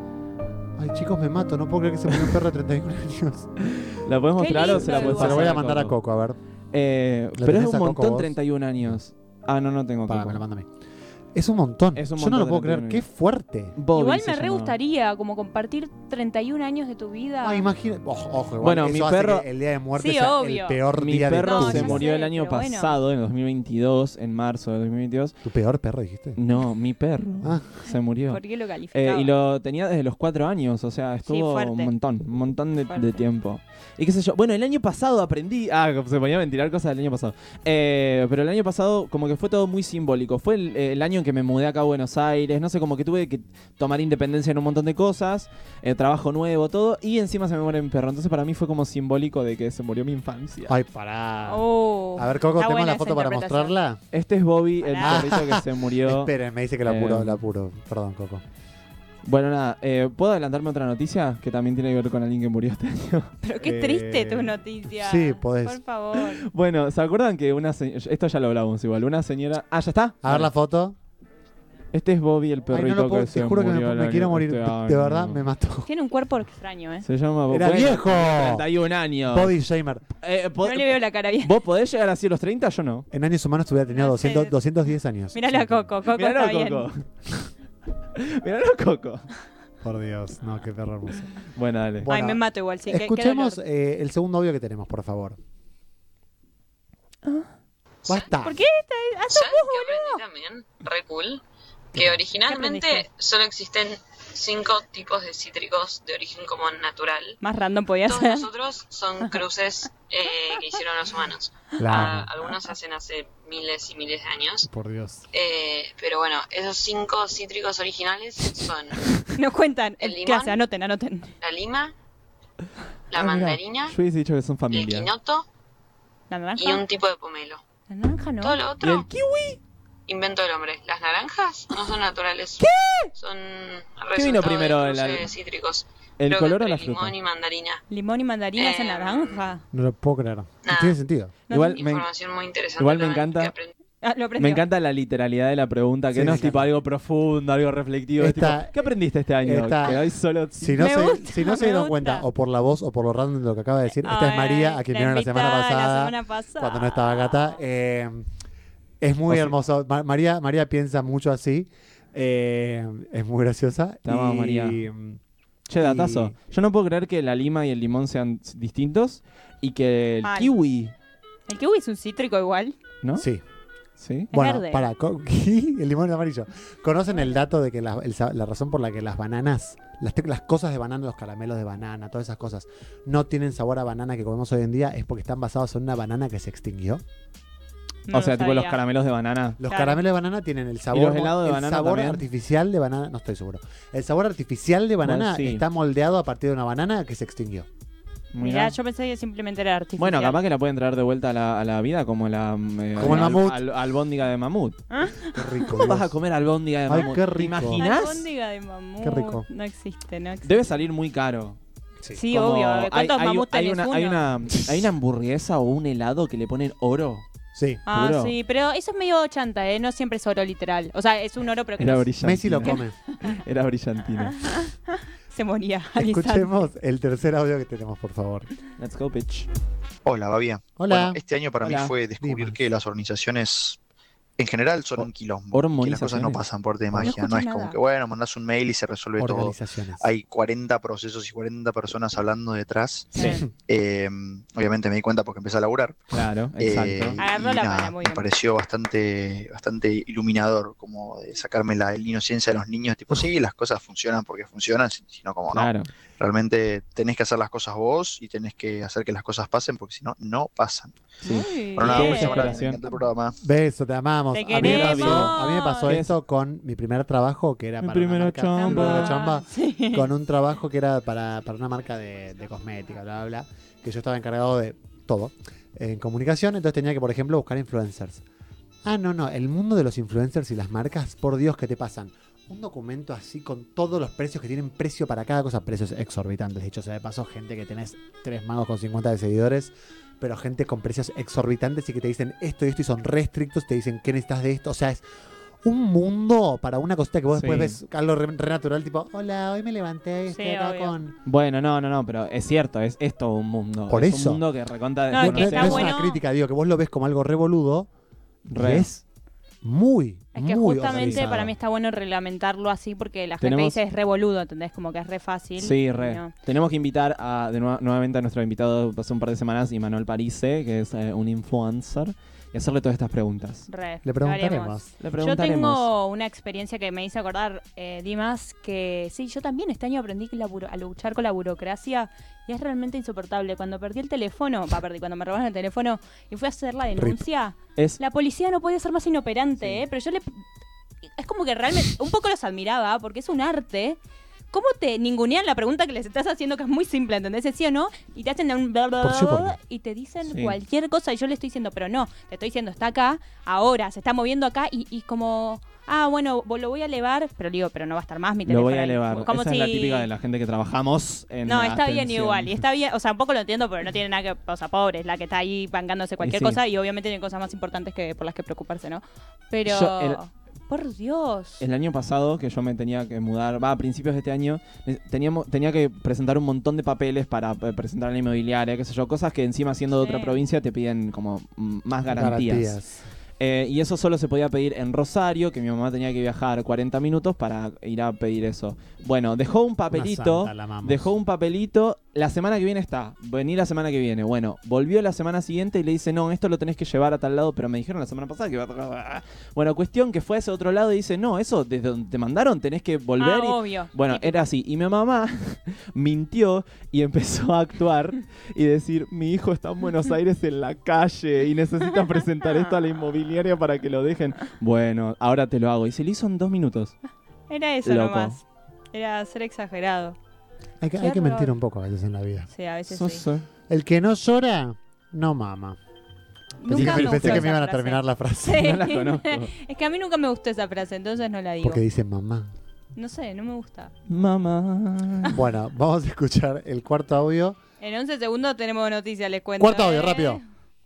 Ay, chicos, me mato. No puedo creer que se murió un perro de treinta y un años. ¿La podés Qué mostrar o lindo se la el podés Se pasar lo voy a mandar a Coco? Coco, a ver. Eh, ¿La pero es tenés un a Coco montón vos? treinta y un años. Ah, no, no tengo Para, Coco. me la manda a mí. Es un montón. Es un Yo no lo montón puedo de creer. treinta y Qué uno. fuerte. Bobby Igual se me re llamaba. gustaría como compartir treinta y un años de tu vida. Ah, imagina. Ojo, ojo, igual Bueno, eso mi hace perro- que el día de muerte Sí, sea obvio. el peor Mi día de perro tu No, se ya vida. murió sé, el año pero bueno. pasado, en dos mil veintidós, en marzo de dos mil veintidós. ¿Tu peor perro dijiste? No, mi perro Ah. se murió. ¿Por qué lo calificaba? Eh, y lo tenía desde los cuatro años, o sea, estuvo fuerte. un montón, un montón de, Fuerte. de tiempo. Y qué sé yo, bueno, el año pasado aprendí, ah, se ponía a ventilar cosas del año pasado. Eh, pero el año pasado como que fue todo muy simbólico. Fue el, el año en que me mudé acá a Buenos Aires, no sé, como que tuve que tomar independencia en un montón de cosas, eh, trabajo nuevo, todo, y encima se me muere mi perro. Entonces para mí fue como simbólico de que se murió mi infancia. Ay, pará. Oh, A ver, Coco, está ¿tenemos buena la esa foto para interpretación. mostrarla? Este es Bobby, el Pará. perrito que se murió. Esperen, me dice que lo apuro, Eh, lo apuro. Perdón, Coco. Bueno, nada, eh, ¿puedo adelantarme otra noticia que también tiene que ver con alguien que murió este año? Pero qué Eh, triste tu noticia. sí, podés. Por favor. Bueno, ¿se acuerdan que una señora... Esto ya lo hablamos igual, una señora... Ah, ¿ya está? A ver Vale. la foto. Este es Bobby, el Ay, perrito no lo puedo, que se te juro que murió me, el me año- quiero morir. este De año. verdad, me mató. Tiene un cuerpo extraño, ¿eh? Se llama Bobby. ¡Era Bueno, viejo! treinta y un años. Body Shamer. Eh, po- No le veo la cara bien. ¿Vos podés llegar así a los treinta? Yo no. En años humanos tuviera tenido No sé. doscientos, doscientos diez años. Míralo a Coco. Coco Miralo, está bien. Coco. Miralo, Coco. Por Dios, no, qué perro hermoso. Bueno, dale. Bueno, Ay, me mato igual, sí. qué- qué Escuchemos dolor. eh, el segundo audio que tenemos, por favor. Basta. ¿Por qué? Ah, sos ¿Sabes vos, qué aprendí también? Re cool. Que originalmente aprendiste? solo existen cinco tipos de cítricos de origen como natural. Más random podía Todos ser. los otros son cruces eh, que hicieron los humanos. La Ah, amo. algunos se hacen hace miles y miles de años. Por Dios. Eh, pero bueno, esos cinco cítricos originales son Nos cuentan. El ¿Qué limón. hace? Anoten, anoten. la lima, la Ah, mirá, mandarina, Yo hubiese dicho que son el familia. quinoto ¿La naranja? y un tipo de pomelo. La naranja no. Todo lo ¿Y otro, el kiwi? invento del hombre. Las naranjas no son naturales. ¿Qué? Son ¿Qué vino resultado primero, de el cruce al- de cítricos. ¿El Creo que color o entre la fruta? limón y mandarina. Limón y mandarina hacen Eh, naranja. No lo puedo creer. Nada. Tiene sentido. No Igual sé. me, Información muy interesante. igual me también encanta- que aprendí. Ah, lo aprendió. me encanta la literalidad de la pregunta, que Sí, no me es tipo encanta. algo profundo, algo reflectivo. es Esta- tipo, ¿qué aprendiste este año? esta- que hoy solo... Si no, Me se, gusta, si no se me dieron gusta. cuenta, o por la voz o por lo random de lo que acaba de decir, esta es Ay, María, a quien vieron la semana invitada pasada, La semana pasada. cuando no estaba Gata. Eh, es muy O sea- hermoso. Ma- María, María piensa mucho así. Eh, es muy graciosa. Te amamos, y, María. mm, Che, datazo. Y- Yo no puedo creer que la lima y el limón sean distintos y que el Mal. kiwi, El kiwi es un cítrico igual. ¿no? Sí. ¿Sí? Bueno, verde. para, co- el limón es amarillo. ¿Conocen el dato de que la, el sa- la razón por la que las bananas, las, te- las cosas de banana, los caramelos de banana, todas esas cosas, no tienen sabor a banana que comemos hoy en día? Es porque están basados en una banana que se extinguió. No o sea, lo tipo los sabía. caramelos de banana. Los Claro. caramelos de banana tienen el sabor, los helados de el banana sabor también? artificial de banana, no estoy seguro. El sabor artificial de banana Bueno, sí. está moldeado a partir de una banana que se extinguió. Mirá, Mirá. yo pensé que simplemente era artificial. Bueno, capaz que la pueden traer de vuelta a la, a la vida como la eh, Como el al- mamut. al- albóndiga de mamut. Qué rico. ¿Cómo vas Dios. a comer albóndiga de Ay, mamut? qué ¿Te rico. imaginas? Albóndiga de mamut. Qué rico. No existe, no existe. Debe salir muy caro. Sí, Como obvio. hay, ¿Cuántos hay- mamuts hay tenés? una, Uno. hay, una, hay una hamburguesa o un helado que le ponen oro. Sí. Ah, ¿Seguro? sí, pero eso es medio chanta, ¿eh? No siempre es oro literal. O sea, es un oro, pero que Era no brillantina. Messi lo come. Era brillantina. se moría al instante. Escuchemos el tercer audio que tenemos, por favor. Let's go, bitch. Hola, Babia. Hola. Bueno, este año para Hola. mí fue descubrir Dime. que las organizaciones en general son O- un quilombo. Que las hormonizaciones. cosas no pasan por arte de No magia. No, escuché es nada. como que, bueno, mandás un mail y se resuelve todo. Organizaciones. Hay cuarenta procesos y cuarenta personas hablando detrás. Sí. Eh, obviamente me di cuenta porque empecé a laburar. Claro, Eh, exacto. Agarró y la nada, mala, muy me bien. pareció bastante, bastante iluminador, como de sacarme la, la inocencia de los niños. Tipo, sí, las cosas funcionan porque funcionan, si- sino como no. Claro. Realmente tenés que hacer las cosas vos y tenés que hacer que las cosas pasen porque si no, no pasan. Sí. Muy Bueno, nada, Qué muchas gracias, desesperación. me encantó el programa. Beso, te amamos. Te a, mí me pasó, queremos. a mí me pasó ¿Qué es? esto con mi primer trabajo, que era Mi para una primera marca- chamba. mi primera chamba, Sí. con un trabajo que era para, para una marca de, de cosmética, bla, bla, bla, que yo estaba encargado de todo en comunicación, entonces tenía que, por ejemplo, buscar influencers. Ah, no, no, el mundo de los influencers y las marcas, por Dios, que te pasan un documento así con todos los precios que tienen precio para cada cosa, precios exorbitantes. Dicho sea de paso, gente que tenés tres mangos con cincuenta de seguidores, pero gente con precios exorbitantes y que te dicen esto y esto y son restrictos, te dicen qué necesitas de esto. O sea, es un mundo para una cosita que vos después Sí. ves algo re, re natural, tipo, hola, hoy me levanté, estoy Sí, acá obvio. con... Bueno, no, no, no, pero es cierto, es, es todo un mundo. Por es eso. un mundo que reconta No, No, es que no está es bueno. una crítica, digo, que vos lo ves como algo revoludo, Re. es muy, Es que muy justamente organizado. para mí está bueno reglamentarlo así porque la gente Tenemos- dice es re boludo, ¿entendés? Como que es re fácil. Sí, y re. no. Tenemos que invitar a, de nuevo- nuevamente a nuestro invitado hace un par de semanas, Immanuel Parise, que es eh, un influencer, y hacerle todas estas preguntas. Re, Le lo haremos. preguntaremos. Le Yo preguntaremos. tengo una experiencia que me hizo acordar, eh, Dimas, que sí, yo también este año aprendí que la buro- a luchar con la burocracia y es realmente insoportable. Cuando perdí el teléfono, va, perdí, cuando me robaron el teléfono y fui a hacer la denuncia, Es, la policía no podía ser más inoperante, ¿eh? Pero yo le... Es como que realmente un poco los admiraba porque es un arte. ¿Cómo te ningunean la pregunta que les estás haciendo, que es muy simple, ¿entendés? Es sí o no, y te hacen un bla, bla, Por sí o por bla, no. y te dicen Sí. cualquier cosa y yo le estoy diciendo, pero no, te estoy diciendo, está acá, ahora, se está moviendo acá y, y como, ah, bueno, vo- lo voy a elevar, pero digo, pero no va a estar más mi lo teléfono voy a ahí. elevar. Como Esa si... es la típica de la gente que trabajamos en No, la está bien atención. igual, y está bien, o sea, un poco lo entiendo, pero no tiene nada que, o sea, pobre, es la que está ahí bancándose cualquier sí. cosa y obviamente tiene cosas más importantes que por las que preocuparse, ¿no? Pero, Yo, el- por Dios. El año pasado, que yo me tenía que mudar, va, a principios de este año, eh, teníamos, tenía que presentar un montón de papeles para eh, presentar a la inmobiliaria, qué sé yo, cosas que encima siendo de Sí. otra provincia te piden como mm, más garantías. Garantías. Eh, y eso solo se podía pedir en Rosario, que mi mamá tenía que viajar cuarenta minutos para ir a pedir eso. Bueno, dejó un papelito, Una santa, la amamos. dejó un papelito, la semana que viene está, vení la semana que viene. Bueno, volvió la semana siguiente y le dice, no, esto lo tenés que llevar a tal lado, pero me dijeron la semana pasada que iba a... Bueno, cuestión que fue a ese otro lado y dice, no, eso desde donde te mandaron tenés que volver Ah, y... obvio. Bueno, Típico. era así. Y mi mamá mintió y empezó a actuar y decir, mi hijo está en Buenos Aires en la calle y necesita presentar esto a la inmobiliaria para que lo dejen. Bueno, ahora te lo hago. Y se lo hizo en dos minutos. Era eso Loco. nomás. Era ser exagerado. Hay que, Qué hay que horror. mentir un poco a veces en la vida. Sí, a veces So- sí. so- El que no llora, no mama. Nunca Pensé, me que, gustó pensé que esa me iban a frase. terminar la frase. Sí. No la conozco. Es que a mí nunca me gustó esa frase, entonces no la digo. Porque dice mamá. No sé, no me gusta. Mamá. Bueno, vamos a escuchar el cuarto audio. En once segundos tenemos noticias, les cuento. Cuarto audio, ¿eh? rápido.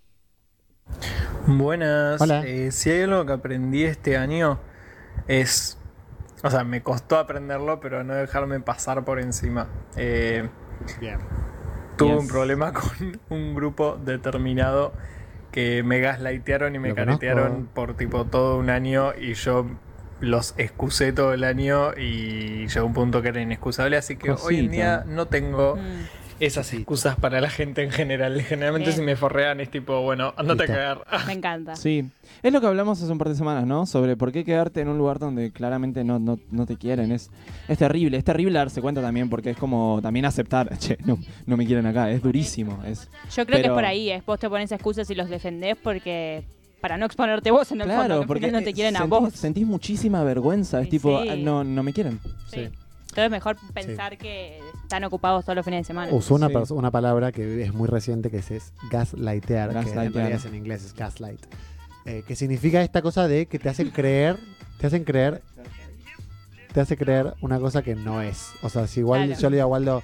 Buenas. Hola. Eh, si hay algo que aprendí este año es, o sea, me costó aprenderlo, pero no dejarme pasar por encima. Eh, Bien. tuve Yes. un problema con un grupo determinado que me gaslightearon y me Lo caretearon conozco. por tipo todo un año y yo los excusé todo el año y llegó un punto que era inexcusable, así que hoy en Cosita. día no tengo Mm. esas excusas para la gente en general. Generalmente Bien. si me forrean es tipo, bueno, andate a Listo. cagar. Me encanta. Sí. Es lo que hablamos hace un par de semanas, ¿no? Sobre por qué quedarte en un lugar donde claramente no, no, no te quieren. Es, es terrible. Es terrible darse cuenta también porque es como también aceptar, che, no, no me quieren acá. Es durísimo. Es, Yo creo que es Pero- por ahí, es vos te pones excusas y los defendés porque para no exponerte vos en el fondo, que claro, al porque final no te eh, quieren a sentís, vos. sentís muchísima vergüenza. Es Y tipo, sí. ah, no, no me quieren. Sí. Entonces mejor pensar que están ocupados todos los fines de semana. Usó una, Sí. pers- una palabra que es muy reciente que es, es gaslightear, que en Gaslightear. realidad es en inglés, es gaslight. Eh, que significa esta cosa de que te hacen creer, te hacen creer, te hace creer una cosa que no es. O sea, si igual Claro. yo le digo a Waldo,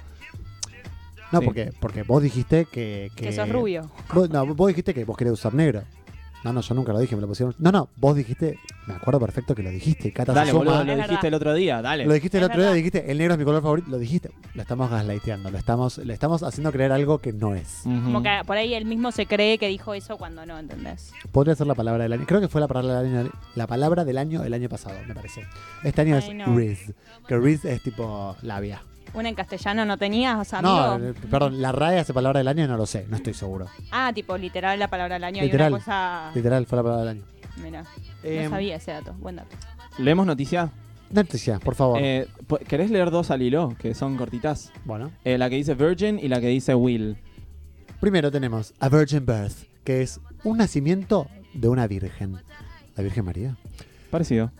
no, Sí. porque, porque vos dijiste que, que... Que sos rubio. Vos, no, vos dijiste que vos querés usar negro. No, no, yo nunca lo dije, me lo pusieron. No, no, vos dijiste, me acuerdo perfecto que lo dijiste. Cata se Dale, suma. boludo, lo Es dijiste verdad. el otro día. Dale. Lo dijiste el Es otro día, verdad. dijiste, el negro es mi color favorito, lo dijiste. Lo estamos gaslighteando, lo estamos, le estamos haciendo creer algo que no es. Ujú. Como que por ahí él mismo se cree que dijo eso cuando no, ¿entendés? Podría ser la palabra del año. Creo que fue la palabra del año, la palabra del año el año pasado, me parece. Este año Ay, es no. Riz. Que Riz es tipo labia. ¿Una en castellano no tenías, No, amigo? eh, perdón, la R A E hace palabra del año, no lo sé, no estoy seguro. Ah, tipo literal la palabra del año Literal. y una cosa... Literal, fue la palabra del año. Mira, Eh, no sabía ese dato, buen dato. ¿Leemos noticia? Noticia, por favor. Eh, po- ¿Querés leer dos al hilo? Que son cortitas. Bueno, Eh, la que dice Virgin y la que dice Will. primero tenemos A Virgin Birth, que es un nacimiento de una virgen. La Virgen María. Parecido.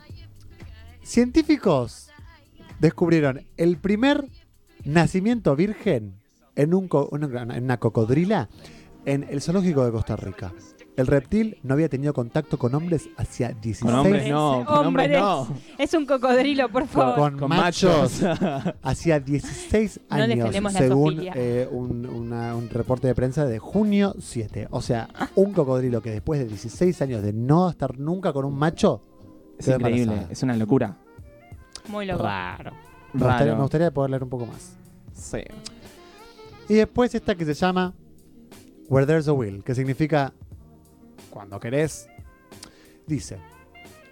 Científicos descubrieron el primer nacimiento virgen en, un co- una, en una cocodrila en el zoológico de Costa Rica. El reptil no había tenido contacto con hombres hacia dieciséis Con hombres no, con hombres no. Es un cocodrilo, por favor. con, Con machos, machos. hacía dieciséis No años, defendemos la según zoofilia. eh, un, una- un reporte de prensa de junio siete. O sea, un cocodrilo que después de dieciséis años de no estar nunca con un macho, Es quedó increíble, embarazada. es una locura. Muy loco. Raro. Me gustaría, Raro. me gustaría poder leer un poco más. Sí. Y después esta que se llama Where There's a Will, que significa cuando querés. Dice,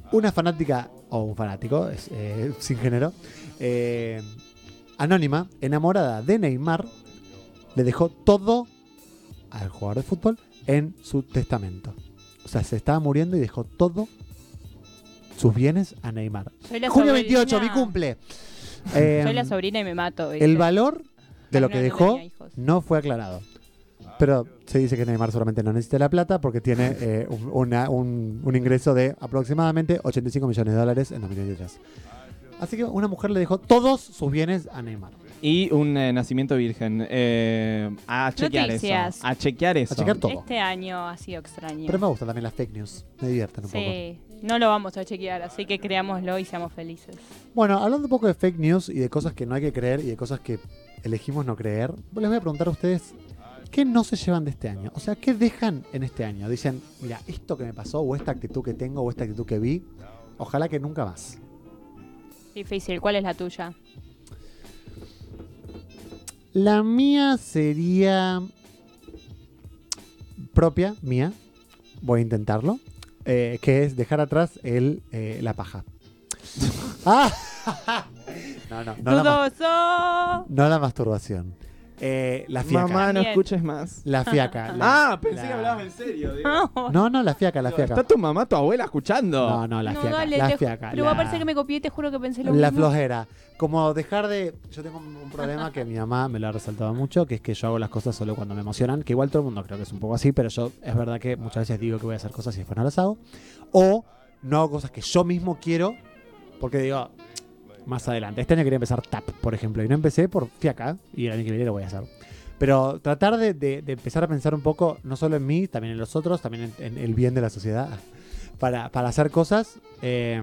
una fanática, o un fanático, es, eh, sin género, eh, anónima, enamorada de Neymar, le dejó todo al jugador de fútbol en su testamento. O sea, se estaba muriendo y dejó todo sus bienes a Neymar. Soy la Junio sobrina- veintiocho, mi cumple. Eh, Soy la sobrina y me mato. ¿viste? el valor de lo No, que no dejó tenía hijos. no fue aclarado. Pero se dice que Neymar seguramente no necesita la plata porque tiene eh, un, una- un- un ingreso de aproximadamente ochenta y cinco millones de dólares en dos mil veintitrés. Así que una mujer le dejó todos sus bienes a Neymar. Y un eh, nacimiento virgen. Eh, a chequear Noticias. eso. A chequear eso. A chequear todo. Este año ha sido extraño. Pero me gustan también las fake news. Me divierten un poco. Sí, no lo vamos a chequear, así que creámoslo y seamos felices. Bueno, hablando un poco de fake news y de cosas que no hay que creer y de cosas que elegimos no creer, pues les voy a preguntar a ustedes, ¿qué no se llevan de este año? O sea, ¿qué dejan en este año? Dicen, mira, esto que me pasó, o esta actitud que tengo, o esta actitud que vi, ojalá que nunca más. Difícil, ¿cuál es la tuya? La mía sería propia, mía, voy a intentarlo, eh, que es dejar atrás el, eh, la paja. ¡Ah! No, no, no la, ma- ¡Dudoso! no la masturbación. Eh, la fiaca. Mamá, no También. escuches más. La fiaca. la- Ah, pensé la- que hablabas en serio. Digo. No, no, la fiaca, la fiaca. ¿Está tu mamá, tu abuela escuchando? No, no, la No, fiaca. dale, la te- fiaca. Pero la, va a parecer que me copié y te juro que pensé lo la mismo. flojera. Como dejar de... Yo tengo un un problema que mi mamá me lo ha resaltado mucho, que es que yo hago las cosas solo cuando me emocionan, que igual todo el mundo creo que es un poco así, pero yo es verdad que muchas veces digo que voy a hacer cosas y después no las hago. O no hago cosas que yo mismo quiero, porque digo, más adelante. Este año quería empezar tap, por ejemplo, y no empecé por fiaca, y el año que viene lo voy a hacer. Pero tratar de, de- de empezar a pensar un poco, no solo en mí, también en los otros, también en, en el bien de la sociedad, para, para hacer cosas eh,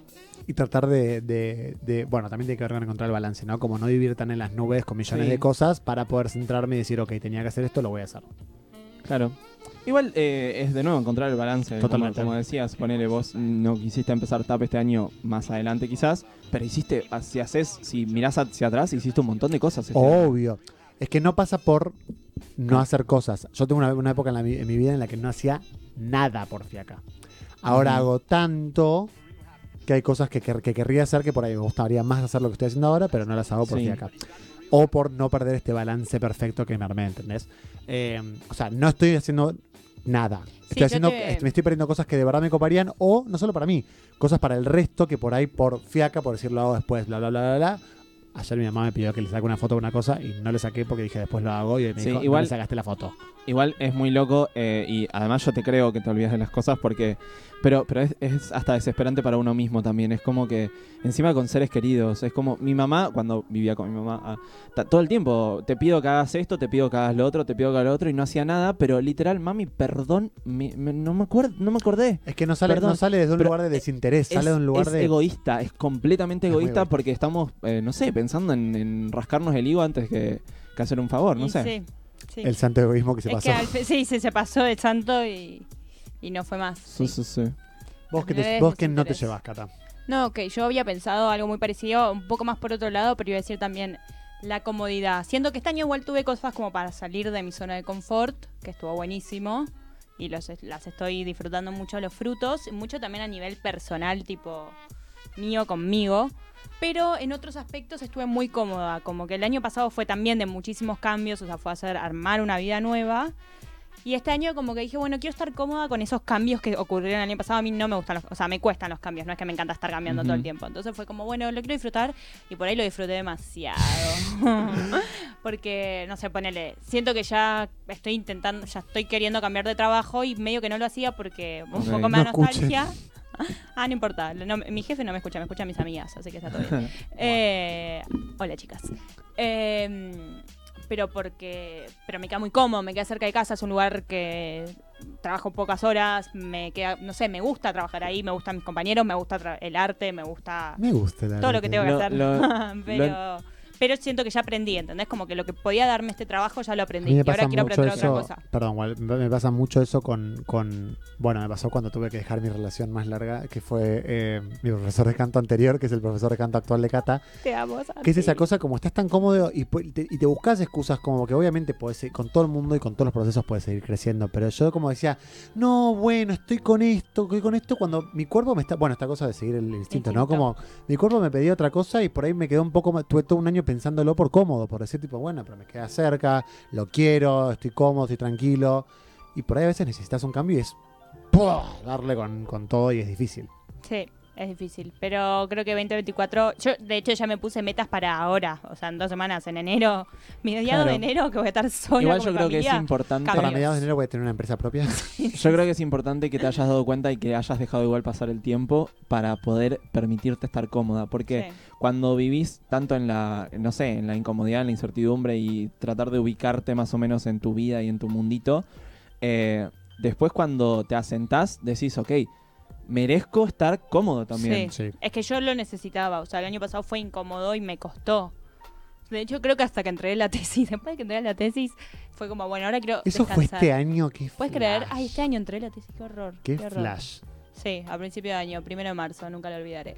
y tratar de, de- de- Bueno, también tiene que ver con encontrar el balance, ¿no? Como no vivir tan en las nubes con millones Sí. de cosas para poder centrarme y decir, ok, tenía que hacer esto, lo voy a hacer. Claro. Igual eh, es de nuevo encontrar el balance. Como, Totalmente. como decías, ponele, vos no quisiste empezar TAP este año, más adelante quizás, pero hiciste, si haces, si mirás hacia atrás, hiciste un montón de cosas este año. Obvio. Es que no pasa por no hacer cosas. Yo tengo una, una época en, la, mi- en mi vida en la que no hacía nada por fiaca. Ahora Ujú. hago tanto que hay cosas que, quer- que querría hacer que por ahí me gustaría más hacer lo que estoy haciendo ahora, pero no las hago por Sí. fiaca. O por no perder este balance perfecto que me armé, ¿entendés? Eh, o sea, no estoy haciendo nada. Estoy yo haciendo, te- est- me estoy perdiendo cosas que de verdad me coparían, o no solo para mí, cosas para el resto que por ahí por fiaca, por decirlo hago después, bla, bla, bla, bla, bla. Ayer mi mamá me pidió que le saque una foto de una cosa y no le saqué porque dije después lo hago y me Sí, dijo, igual- no me sacaste la foto. Igual es muy loco eh, y además yo te creo que te olvidas de las cosas porque... Pero, pero es, es hasta desesperante para uno mismo también. Es como que encima con seres queridos. Es como mi mamá, cuando vivía con mi mamá, ah, ta- todo el tiempo te pido que hagas esto, te pido que hagas lo otro, te pido que hagas lo otro y no hacía nada. Pero literal, mami, perdón, me- me- no, me acuerdo, no me acordé. Es que no sale, Perdón, no sale desde un pero lugar de desinterés, Es, sale de un lugar es de... egoísta, es completamente Es muy egoísta egoísta. porque estamos, eh, no sé, pensando en, en rascarnos el higo antes que, que hacer un favor, no Y sé. Sí, sí. El santo egoísmo que se es pasó. que al fe- sí, sí, se pasó de santo y, y no fue más. Sí, sí. sí, sí. Vos que, te- Tenés vos que no te desinterés. llevas, Cata. No, ok, yo había pensado algo muy parecido, un poco más por otro lado, pero iba a decir también la comodidad. Siento que este año igual tuve cosas como para salir de mi zona de confort, que estuvo buenísimo, y los, las estoy disfrutando mucho los frutos, mucho también a nivel personal, tipo mío conmigo. Pero en otros aspectos estuve muy cómoda, como que el año pasado fue también de muchísimos cambios, o sea, fue hacer armar una vida nueva. Y este año como que dije, bueno, quiero estar cómoda con esos cambios que ocurrieron el año pasado. A mí no me gustan los, o sea, me cuestan los cambios, no es que me encanta estar cambiando Ujú. todo el tiempo. Entonces fue como, bueno, lo quiero disfrutar y por ahí lo disfruté demasiado. Porque, no sé, ponele, siento que ya estoy intentando, ya estoy queriendo cambiar de trabajo y medio que no lo hacía porque un Ok. poco me da No escuchen. nostalgia. Ah, no importa, no, mi jefe no me escucha, me escuchan mis amigas, así que está todo bien. Eh, hola chicas. Eh, pero porque pero me queda muy cómodo, me queda cerca de casa, es un lugar que trabajo pocas horas, me queda, no sé, me gusta trabajar ahí, me gustan mis compañeros, me gusta tra- el arte, me gusta Me gusta la todo lo que tengo que Lo- hacer. lo- pero pero siento que ya aprendí, ¿entendés? Como que lo que podía darme este trabajo ya lo A aprendí. mí me Y ahora pasa quiero mucho aprender eso, otra cosa. perdón, igual, me pasa mucho eso con, con, bueno, me pasó cuando tuve que dejar mi relación más larga, que fue eh, mi profesor de canto anterior, que es el profesor de canto actual de Cata, Te amo, Santi. que es esa cosa como estás tan cómodo y, pu- te, y te buscas excusas como que obviamente puedes seguir- con todo el mundo y con todos los procesos puedes seguir creciendo, pero yo como decía, no, bueno, estoy con esto, estoy con esto cuando mi cuerpo me está, bueno, esta cosa de seguir el instinto, ¿no? Instinto. Como mi cuerpo me pedía otra cosa y por ahí me quedó un poco, más- tuve todo un año pensándolo por cómodo, por decir tipo, bueno, pero me queda cerca, lo quiero, estoy cómodo, estoy tranquilo, y por ahí a veces necesitas un cambio y es ¡pua! Darle con, con todo y es difícil. Sí, es difícil. Pero creo que veinte veinticuatro. Yo, de hecho, ya me puse metas para ahora. O sea, en dos semanas, en enero. Mediados Claro. de enero, que voy a estar sola. Igual con yo mi creo que es familia. importante. Cambios. Para mediados de enero voy a tener una empresa propia. Yo creo que es importante que te hayas dado cuenta y que hayas dejado igual pasar el tiempo para poder permitirte estar cómoda. Porque Sí. cuando vivís tanto en la, no sé, en la incomodidad, en la incertidumbre y tratar de ubicarte más o menos en tu vida y en tu mundito, eh, después cuando te asentás decís, ok, merezco estar cómodo también. Sí. Sí. Es que yo lo necesitaba. O sea, el año pasado fue incómodo y me costó. De hecho, creo que hasta que entregué la tesis, después de que entregué la tesis, fue como, bueno, ahora quiero Eso fue descansar. este año, qué ¿Puedes flash. creer? Ay, este año entregué la tesis, qué horror. Qué horror. flash. Sí, a principio de año, primero de marzo, nunca lo olvidaré.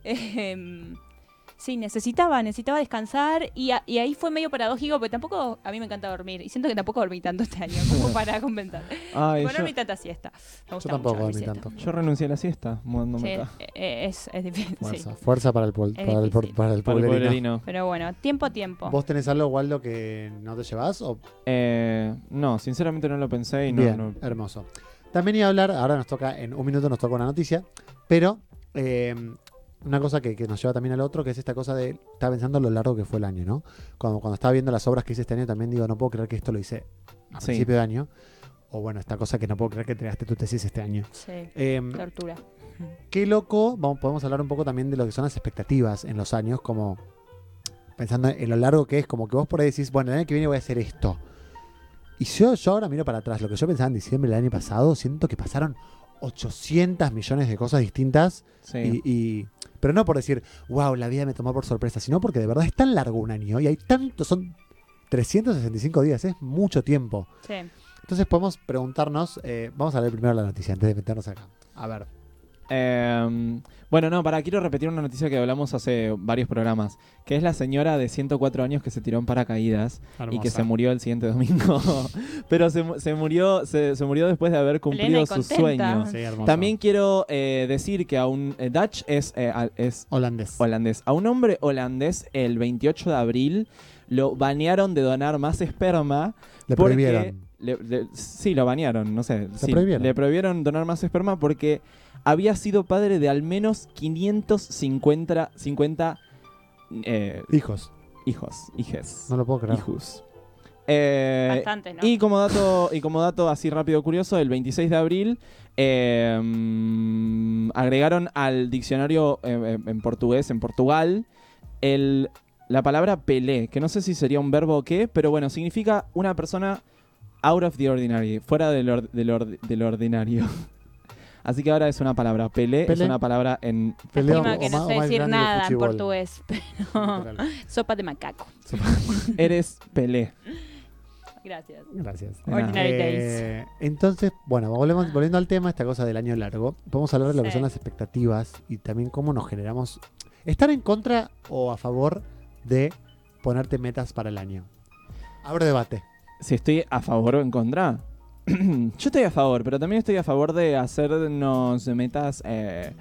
Em, sí, necesitaba, necesitaba descansar y, a- y ahí fue medio paradójico porque tampoco, a mí me encanta dormir y siento que tampoco dormí tanto este año como para compensar. Ay, Bueno, no yo, dormí tanta siesta. Me Yo gusta tampoco mucho dormí dormir siesta. tanto. yo renuncié a la siesta. Sí, mudándome acá. eh, es, es difícil, sí. Fuerza, fuerza para el, pol- Es para el, por- difícil. para el Para el pueblerino. pueblerino. Pero bueno, tiempo a tiempo. ¿Vos tenés algo, Waldo, que no te llevas? O... Eh, no, sinceramente no lo pensé y no, Bien, no- hermoso. También iba a hablar, ahora nos toca, en un minuto nos toca una noticia, pero eh, una cosa que, que nos lleva también al otro, que es esta cosa de, estaba pensando lo largo que fue el año, ¿no? Cuando, cuando estaba viendo las obras que hice este año, también digo, no puedo creer que esto lo hice a Sí. principio de año. O bueno, esta cosa que no puedo creer que entregaste tu tesis este año. Sí, Eh, tortura. Qué loco, vamos, podemos hablar un poco también de lo que son las expectativas en los años, como pensando en lo largo que es, como que vos por ahí decís, bueno, el año que viene voy a hacer esto. Y yo, yo ahora miro para atrás, lo que yo pensaba en diciembre del año pasado, siento que pasaron ochocientos millones de cosas distintas, sí. y, y- pero no por decir, wow, la vida me tomó por sorpresa, sino porque de verdad es tan largo un año y hay tanto, son trescientos sesenta y cinco días, es mucho tiempo. Sí. Entonces podemos preguntarnos, eh, vamos a leer primero la noticia antes de meternos acá. A ver. Eh, bueno, no, para, quiero repetir una noticia que hablamos hace varios programas, que es la señora de ciento cuatro años que se tiró en paracaídas y que se murió el siguiente domingo. Pero se, mu- se murió se, se murió después de haber cumplido Plena y su contenta. sueño. Sí, hermoso. También quiero eh, decir que a un eh, Dutch es, eh, al- es Holandés. holandés. A un hombre holandés el veintiocho de abril lo banearon de donar más esperma. Le porque- prohibieron. le- le- sí, lo banearon, no sé. sí, prohibieron. Le prohibieron donar más esperma porque había sido padre de al menos quinientos cincuenta, cincuenta eh, Hijos. hijos, hijes, No lo puedo creer. hijos. Eh, Bastante, ¿no? y como dato y como dato así rápido curioso, el veintiséis de abril eh, mm, agregaron al diccionario eh, en portugués, en Portugal, el, la palabra pelé, que no sé si sería un verbo o qué, pero bueno, significa una persona out of the ordinary, fuera del, or- del, or- del ordinario. Así que ahora es una palabra. Pelé, Pelé. es una palabra en... Peleo Lástima que o más- no o sé más decir grande que nada en fuchibol. portugués, pero Literal. sopa de macaco. Eres Pelé. Gracias. Gracias. De nada. Ordinary Eh, days. entonces, bueno, volvemos, volviendo al tema, esta cosa del año largo, podemos hablar de lo que Sí. son las expectativas y también cómo nos generamos. ¿Estar en contra o a favor de ponerte metas para el año? Abro debate. Si estoy a favor o en contra. Yo estoy a favor, pero también estoy a favor de hacernos metas eh,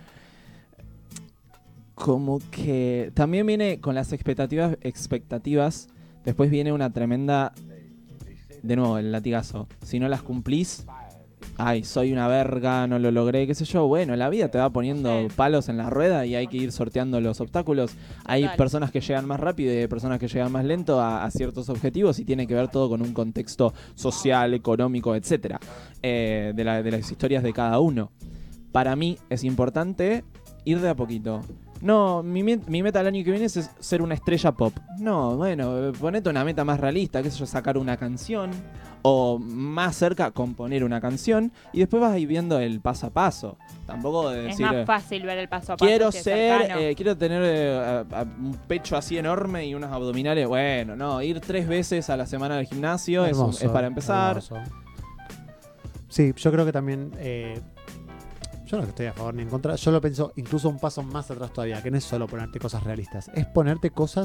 como que también viene con las expectativas, expectativas, después viene una tremenda, de nuevo, el latigazo. Si no las cumplís, ay, soy una verga, no lo logré, qué sé yo. Bueno, la vida te va poniendo Sí. palos en la rueda y hay que ir sorteando los obstáculos. Hay Total. personas que llegan más rápido y hay personas que llegan más lento a, a ciertos objetivos y tiene que ver todo con un contexto social, económico, etcétera, eh, de, la- de las historias de cada uno. Para mí es importante ir de a poquito. no, mi, met- mi meta el año que viene es ser una estrella pop. No, bueno, eh, ponete una meta más realista, qué sé yo, sacar una canción. O más cerca, componer una canción. Y después vas a ir viendo el paso a paso. Tampoco de Es decir... eh, más fácil ver el paso a paso. Quiero si es ser, cercano. eh, quiero tener eh, a- a- un pecho así enorme y unos abdominales. Bueno, no, ir tres veces a la semana al gimnasio es, un- Hermoso, es para empezar. hermoso. Sí, yo creo que también. eh, yo no estoy a favor ni en contra. Yo lo pienso incluso un paso más atrás todavía. Que no es solo ponerte cosas realistas. Es ponerte cosas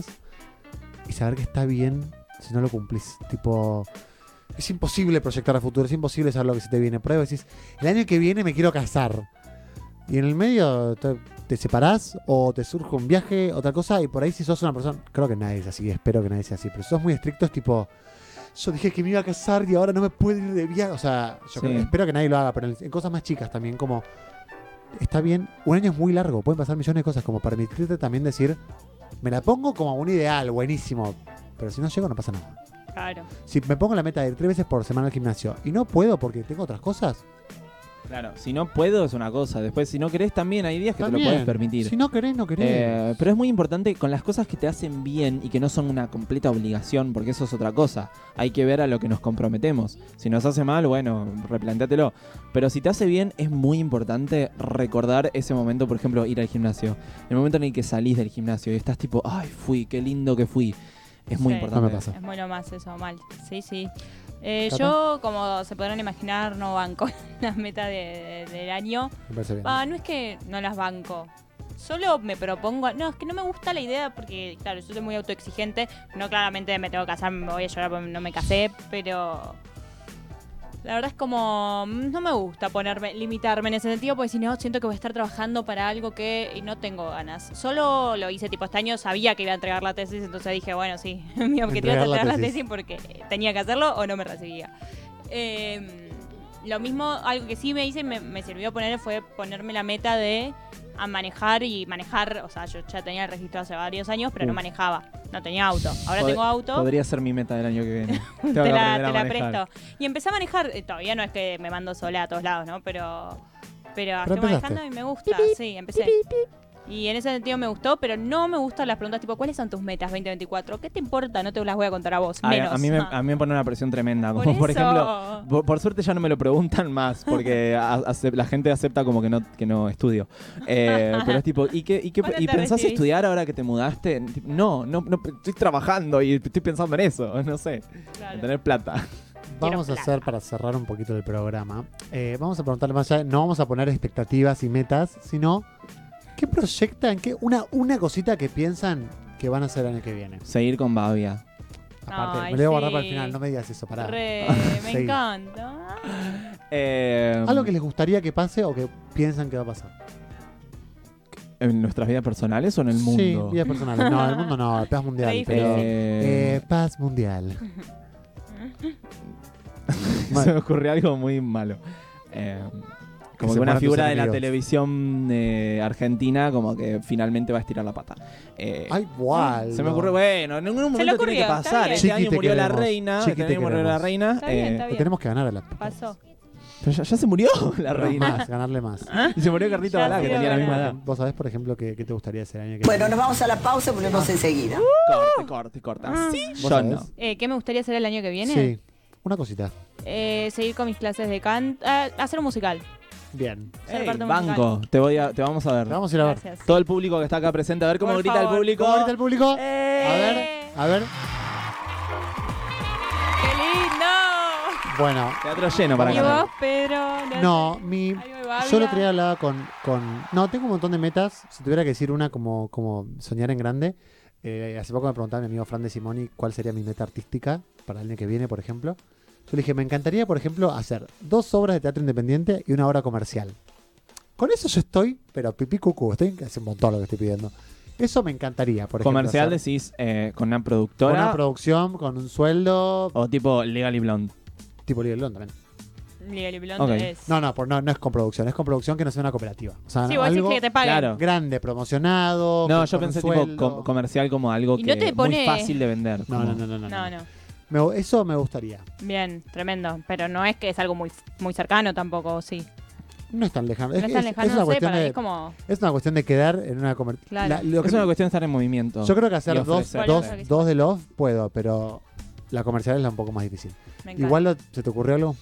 y saber que está bien si no lo cumplís. Tipo. Es imposible proyectar a futuro. Es imposible saber lo que se te viene. Por ahí vos decís, el año que viene me quiero casar. Y en el medio te, te separás o te surge un viaje, otra cosa. Y por ahí si sos una persona. Creo que nadie es así. Espero que nadie sea así. Pero si sos muy estricto es tipo. Yo dije que me iba a casar y ahora no me puedo ir de viaje. O sea, yo Sí. creo- espero que nadie lo haga, pero en, en cosas más chicas también, como está bien, un año es muy largo, pueden pasar millones de cosas, como permitirte también decir, me la pongo como un ideal, buenísimo, pero si no llego no pasa nada. Claro. Si me pongo la meta de ir tres veces por semana al gimnasio y no puedo porque tengo otras cosas, Claro, si no puedo es una cosa. Después, si no querés, también hay días que te también. lo puedes permitir. Si no querés, no querés. Eh, pero es muy importante con las cosas que te hacen bien y que no son una completa obligación, porque eso es otra cosa. Hay que ver a lo que nos comprometemos. Si nos hace mal, bueno, replantéatelo. Pero si te hace bien, es muy importante recordar ese momento, por ejemplo, ir al gimnasio. El momento en el que salís del gimnasio y estás tipo, ay, fui, qué lindo que fui. Es muy Sí. importante. No me pasa. Es muy lo más eso, mal. Sí, sí. Eh, ¿Cata? yo, como se podrán imaginar, no banco las metas de- de- del año. Me parece bien. Ah, no es que no las banco. Solo me propongo. No, es que no me gusta la idea porque, claro, yo soy muy autoexigente. No, claramente me tengo que casar, me voy a llorar porque no me casé, pero. La verdad es como. mm, No me gusta ponerme, limitarme en ese sentido porque si no, siento que voy a estar trabajando para algo que. Y no tengo ganas. Solo lo hice tipo este año, sabía que iba a entregar la tesis, entonces dije, bueno, sí, mi objetivo es Entregar la entregar la tesis. tesis porque tenía que hacerlo o no me recibía. Eh, lo mismo, algo que sí me hice y me, me sirvió poner fue ponerme la meta de a manejar y manejar, o sea, yo ya tenía el registro hace varios años, pero no Uf. manejaba, no tenía auto. Ahora Pod- tengo auto, Podría ser mi meta del año que viene. Tengo te que la, aprender a te la manejar. presto. Y empecé a manejar, eh, todavía no es que me mando sola a todos lados, ¿no? Pero, pero, estoy empezaste. manejando y me gusta, sí, empecé. Y en ese sentido me gustó, pero no me gustan las preguntas tipo, ¿cuáles son tus metas veinte veinticuatro? ¿Qué te importa? No te las voy a contar a vos, Ay, menos. a, mí me, Ah. a mí me pone una presión tremenda. Por Como por, eso. ejemplo, por, por suerte ya no me lo preguntan más, porque a- acep- la gente acepta como que no, que no estudio. Eh, pero es tipo, ¿y, qué, y, qué, ¿Cuándo ¿y te pensás recibís? estudiar ahora que te mudaste? Tipo, No, no, no, estoy trabajando y estoy pensando en eso, no sé, Claro. en tener plata. Vamos a plata. hacer, para cerrar un poquito el programa, eh, vamos a preguntarle más allá, no vamos a poner expectativas y metas, sino, ¿qué proyectan? ¿Qué, una, una cosita que piensan que van a hacer el año que viene? Seguir con Bavia. Aparte, Ay, me lo voy a guardar para el sí. final, no me digas eso, pará. Re, me Sí. encanta. Eh, Algo que les gustaría que pase o que piensan que va a pasar. ¿En nuestras vidas personales o en el mundo? Sí, vidas personales. No, el mundo no, paz mundial. Re Pero, difícil. eh, paz mundial. Se me ocurrió algo muy malo. Eh, como se que una mueran tus figura de la enemigos. televisión eh, argentina como que finalmente va a estirar la pata. Eh, Ay, igual. se me ocurrió, bueno, en algún momento le tiene que ocurrió, está pasar. bien. Este Chiqui, año te murió la queremos. reina. Chiqui, Este te año murió la queremos. reina. Está bien, eh, está bien. Tenemos que ganar a la. Pasó. pero ya, ya se murió la Pero reina. más, ganarle más. Y se murió Carlito Ya Balá, que sí, tenía la bueno. misma edad. Vos sabés, por ejemplo, qué, qué te gustaría hacer el año que Bueno, viene. nos vamos a la pausa, volvemos enseguida. Corte, corte, corta. Sí, ¿Vos yo sabés? no. Eh, ¿Qué me gustaría hacer el año que viene? Sí, una cosita. Eh, seguir con mis clases de canto. hacer un musical. Bien. Ser Ey, parte banco, te, voy a, te vamos a ver. Vamos a ir a ver. Gracias. Todo el público que está acá presente, a ver cómo Por grita favor. el público. ¿Cómo grita el público? Eh. A ver, a ver. ¡Qué lindo! Bueno, Teatro lleno para ¿Y acá. vos, Pedro? ¿Le no, haces mi. algo de Bavia? Yo el otro día hablaba con, con. No, tengo un montón de metas. Si tuviera que decir una como, como soñar en grande. Eh, hace poco me preguntaba mi amigo Fran de Simoni cuál sería mi meta artística para el año que viene, por ejemplo. Yo le dije, me encantaría, por ejemplo, hacer dos obras de teatro independiente y una obra comercial. Con eso yo estoy, pero pipí cucú, estoy hace un montón lo que estoy pidiendo. Eso me encantaría, por ejemplo. Comercial hacer. decís eh, con una Con productora una producción, con un sueldo, o tipo Legally Blonde. tipo Libre León también. Legally Blonde Ok. es. No, no, por- no, no es con producción, es con producción que no sea una cooperativa. O sea, Sí, vos decís algo que te paguen. Claro. grande, promocionado. No, con- yo con un pensé tipo sueldo. com- comercial como algo Y que no te muy pone- fácil de vender. No, como- no, no, no, no, No, no. no. Me- eso me gustaría. Bien, tremendo. Pero no es que es algo muy, muy cercano tampoco, ¿o sí? No es tan lejano. No es, es tan es- lejano, es una no sé, cuestión para mí de, es como... es una cuestión de quedar en una comer- Claro. la- lo que- Es una cuestión de estar en movimiento. Yo creo que hacer y dos, ofrecer. dos, Por eso. dos de Love puedo, pero la comercial es la un poco más difícil. Me encanta. Igual lo- ¿se te ocurrió algo?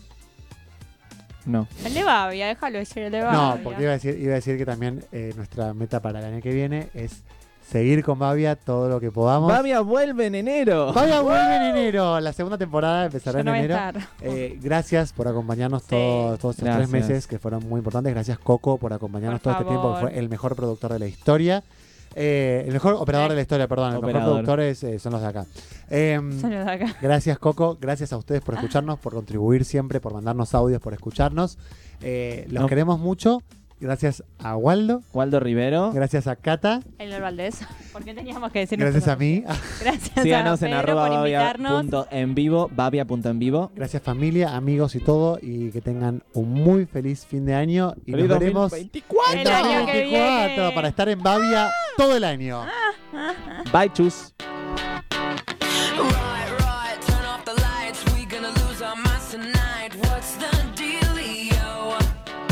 No. El de Babia, déjalo decir el de Babia. No, porque iba a decir, iba a decir que también eh, nuestra meta para el año que viene es seguir con Babia todo lo que podamos. Babia vuelve en enero. Babia vuelve en enero. La segunda temporada empezará Yo no en voy a enero. estar. Eh, gracias por acompañarnos Sí. todos, todos estos Gracias. tres meses que fueron muy importantes. Gracias, Coco, por acompañarnos Por todo este tiempo. Que favor. fue el mejor productor de la historia. Eh, el mejor operador de la historia, perdón. El mejor Operador. productores eh, son los de acá. Em, Son los de acá. Gracias, Coco. Gracias a ustedes por escucharnos, por contribuir siempre, por mandarnos audios, por escucharnos. Eh, los No. queremos mucho. Gracias a Waldo. Waldo Rivero. Gracias a Cata. El Valdés. ¿Por qué teníamos que decir Gracias a mí. Gracias Síganos a en Pedro arroba por babia invitarnos. punto en vivo, babia punto en vivo. Gracias, familia, amigos y todo. Y que tengan un muy feliz fin de año. Y ¡Feliz nos veremos dos mil veinticuatro! en El año que dos mil veinticuatro viene. para estar en Babia todo el año. Bye, chus. Run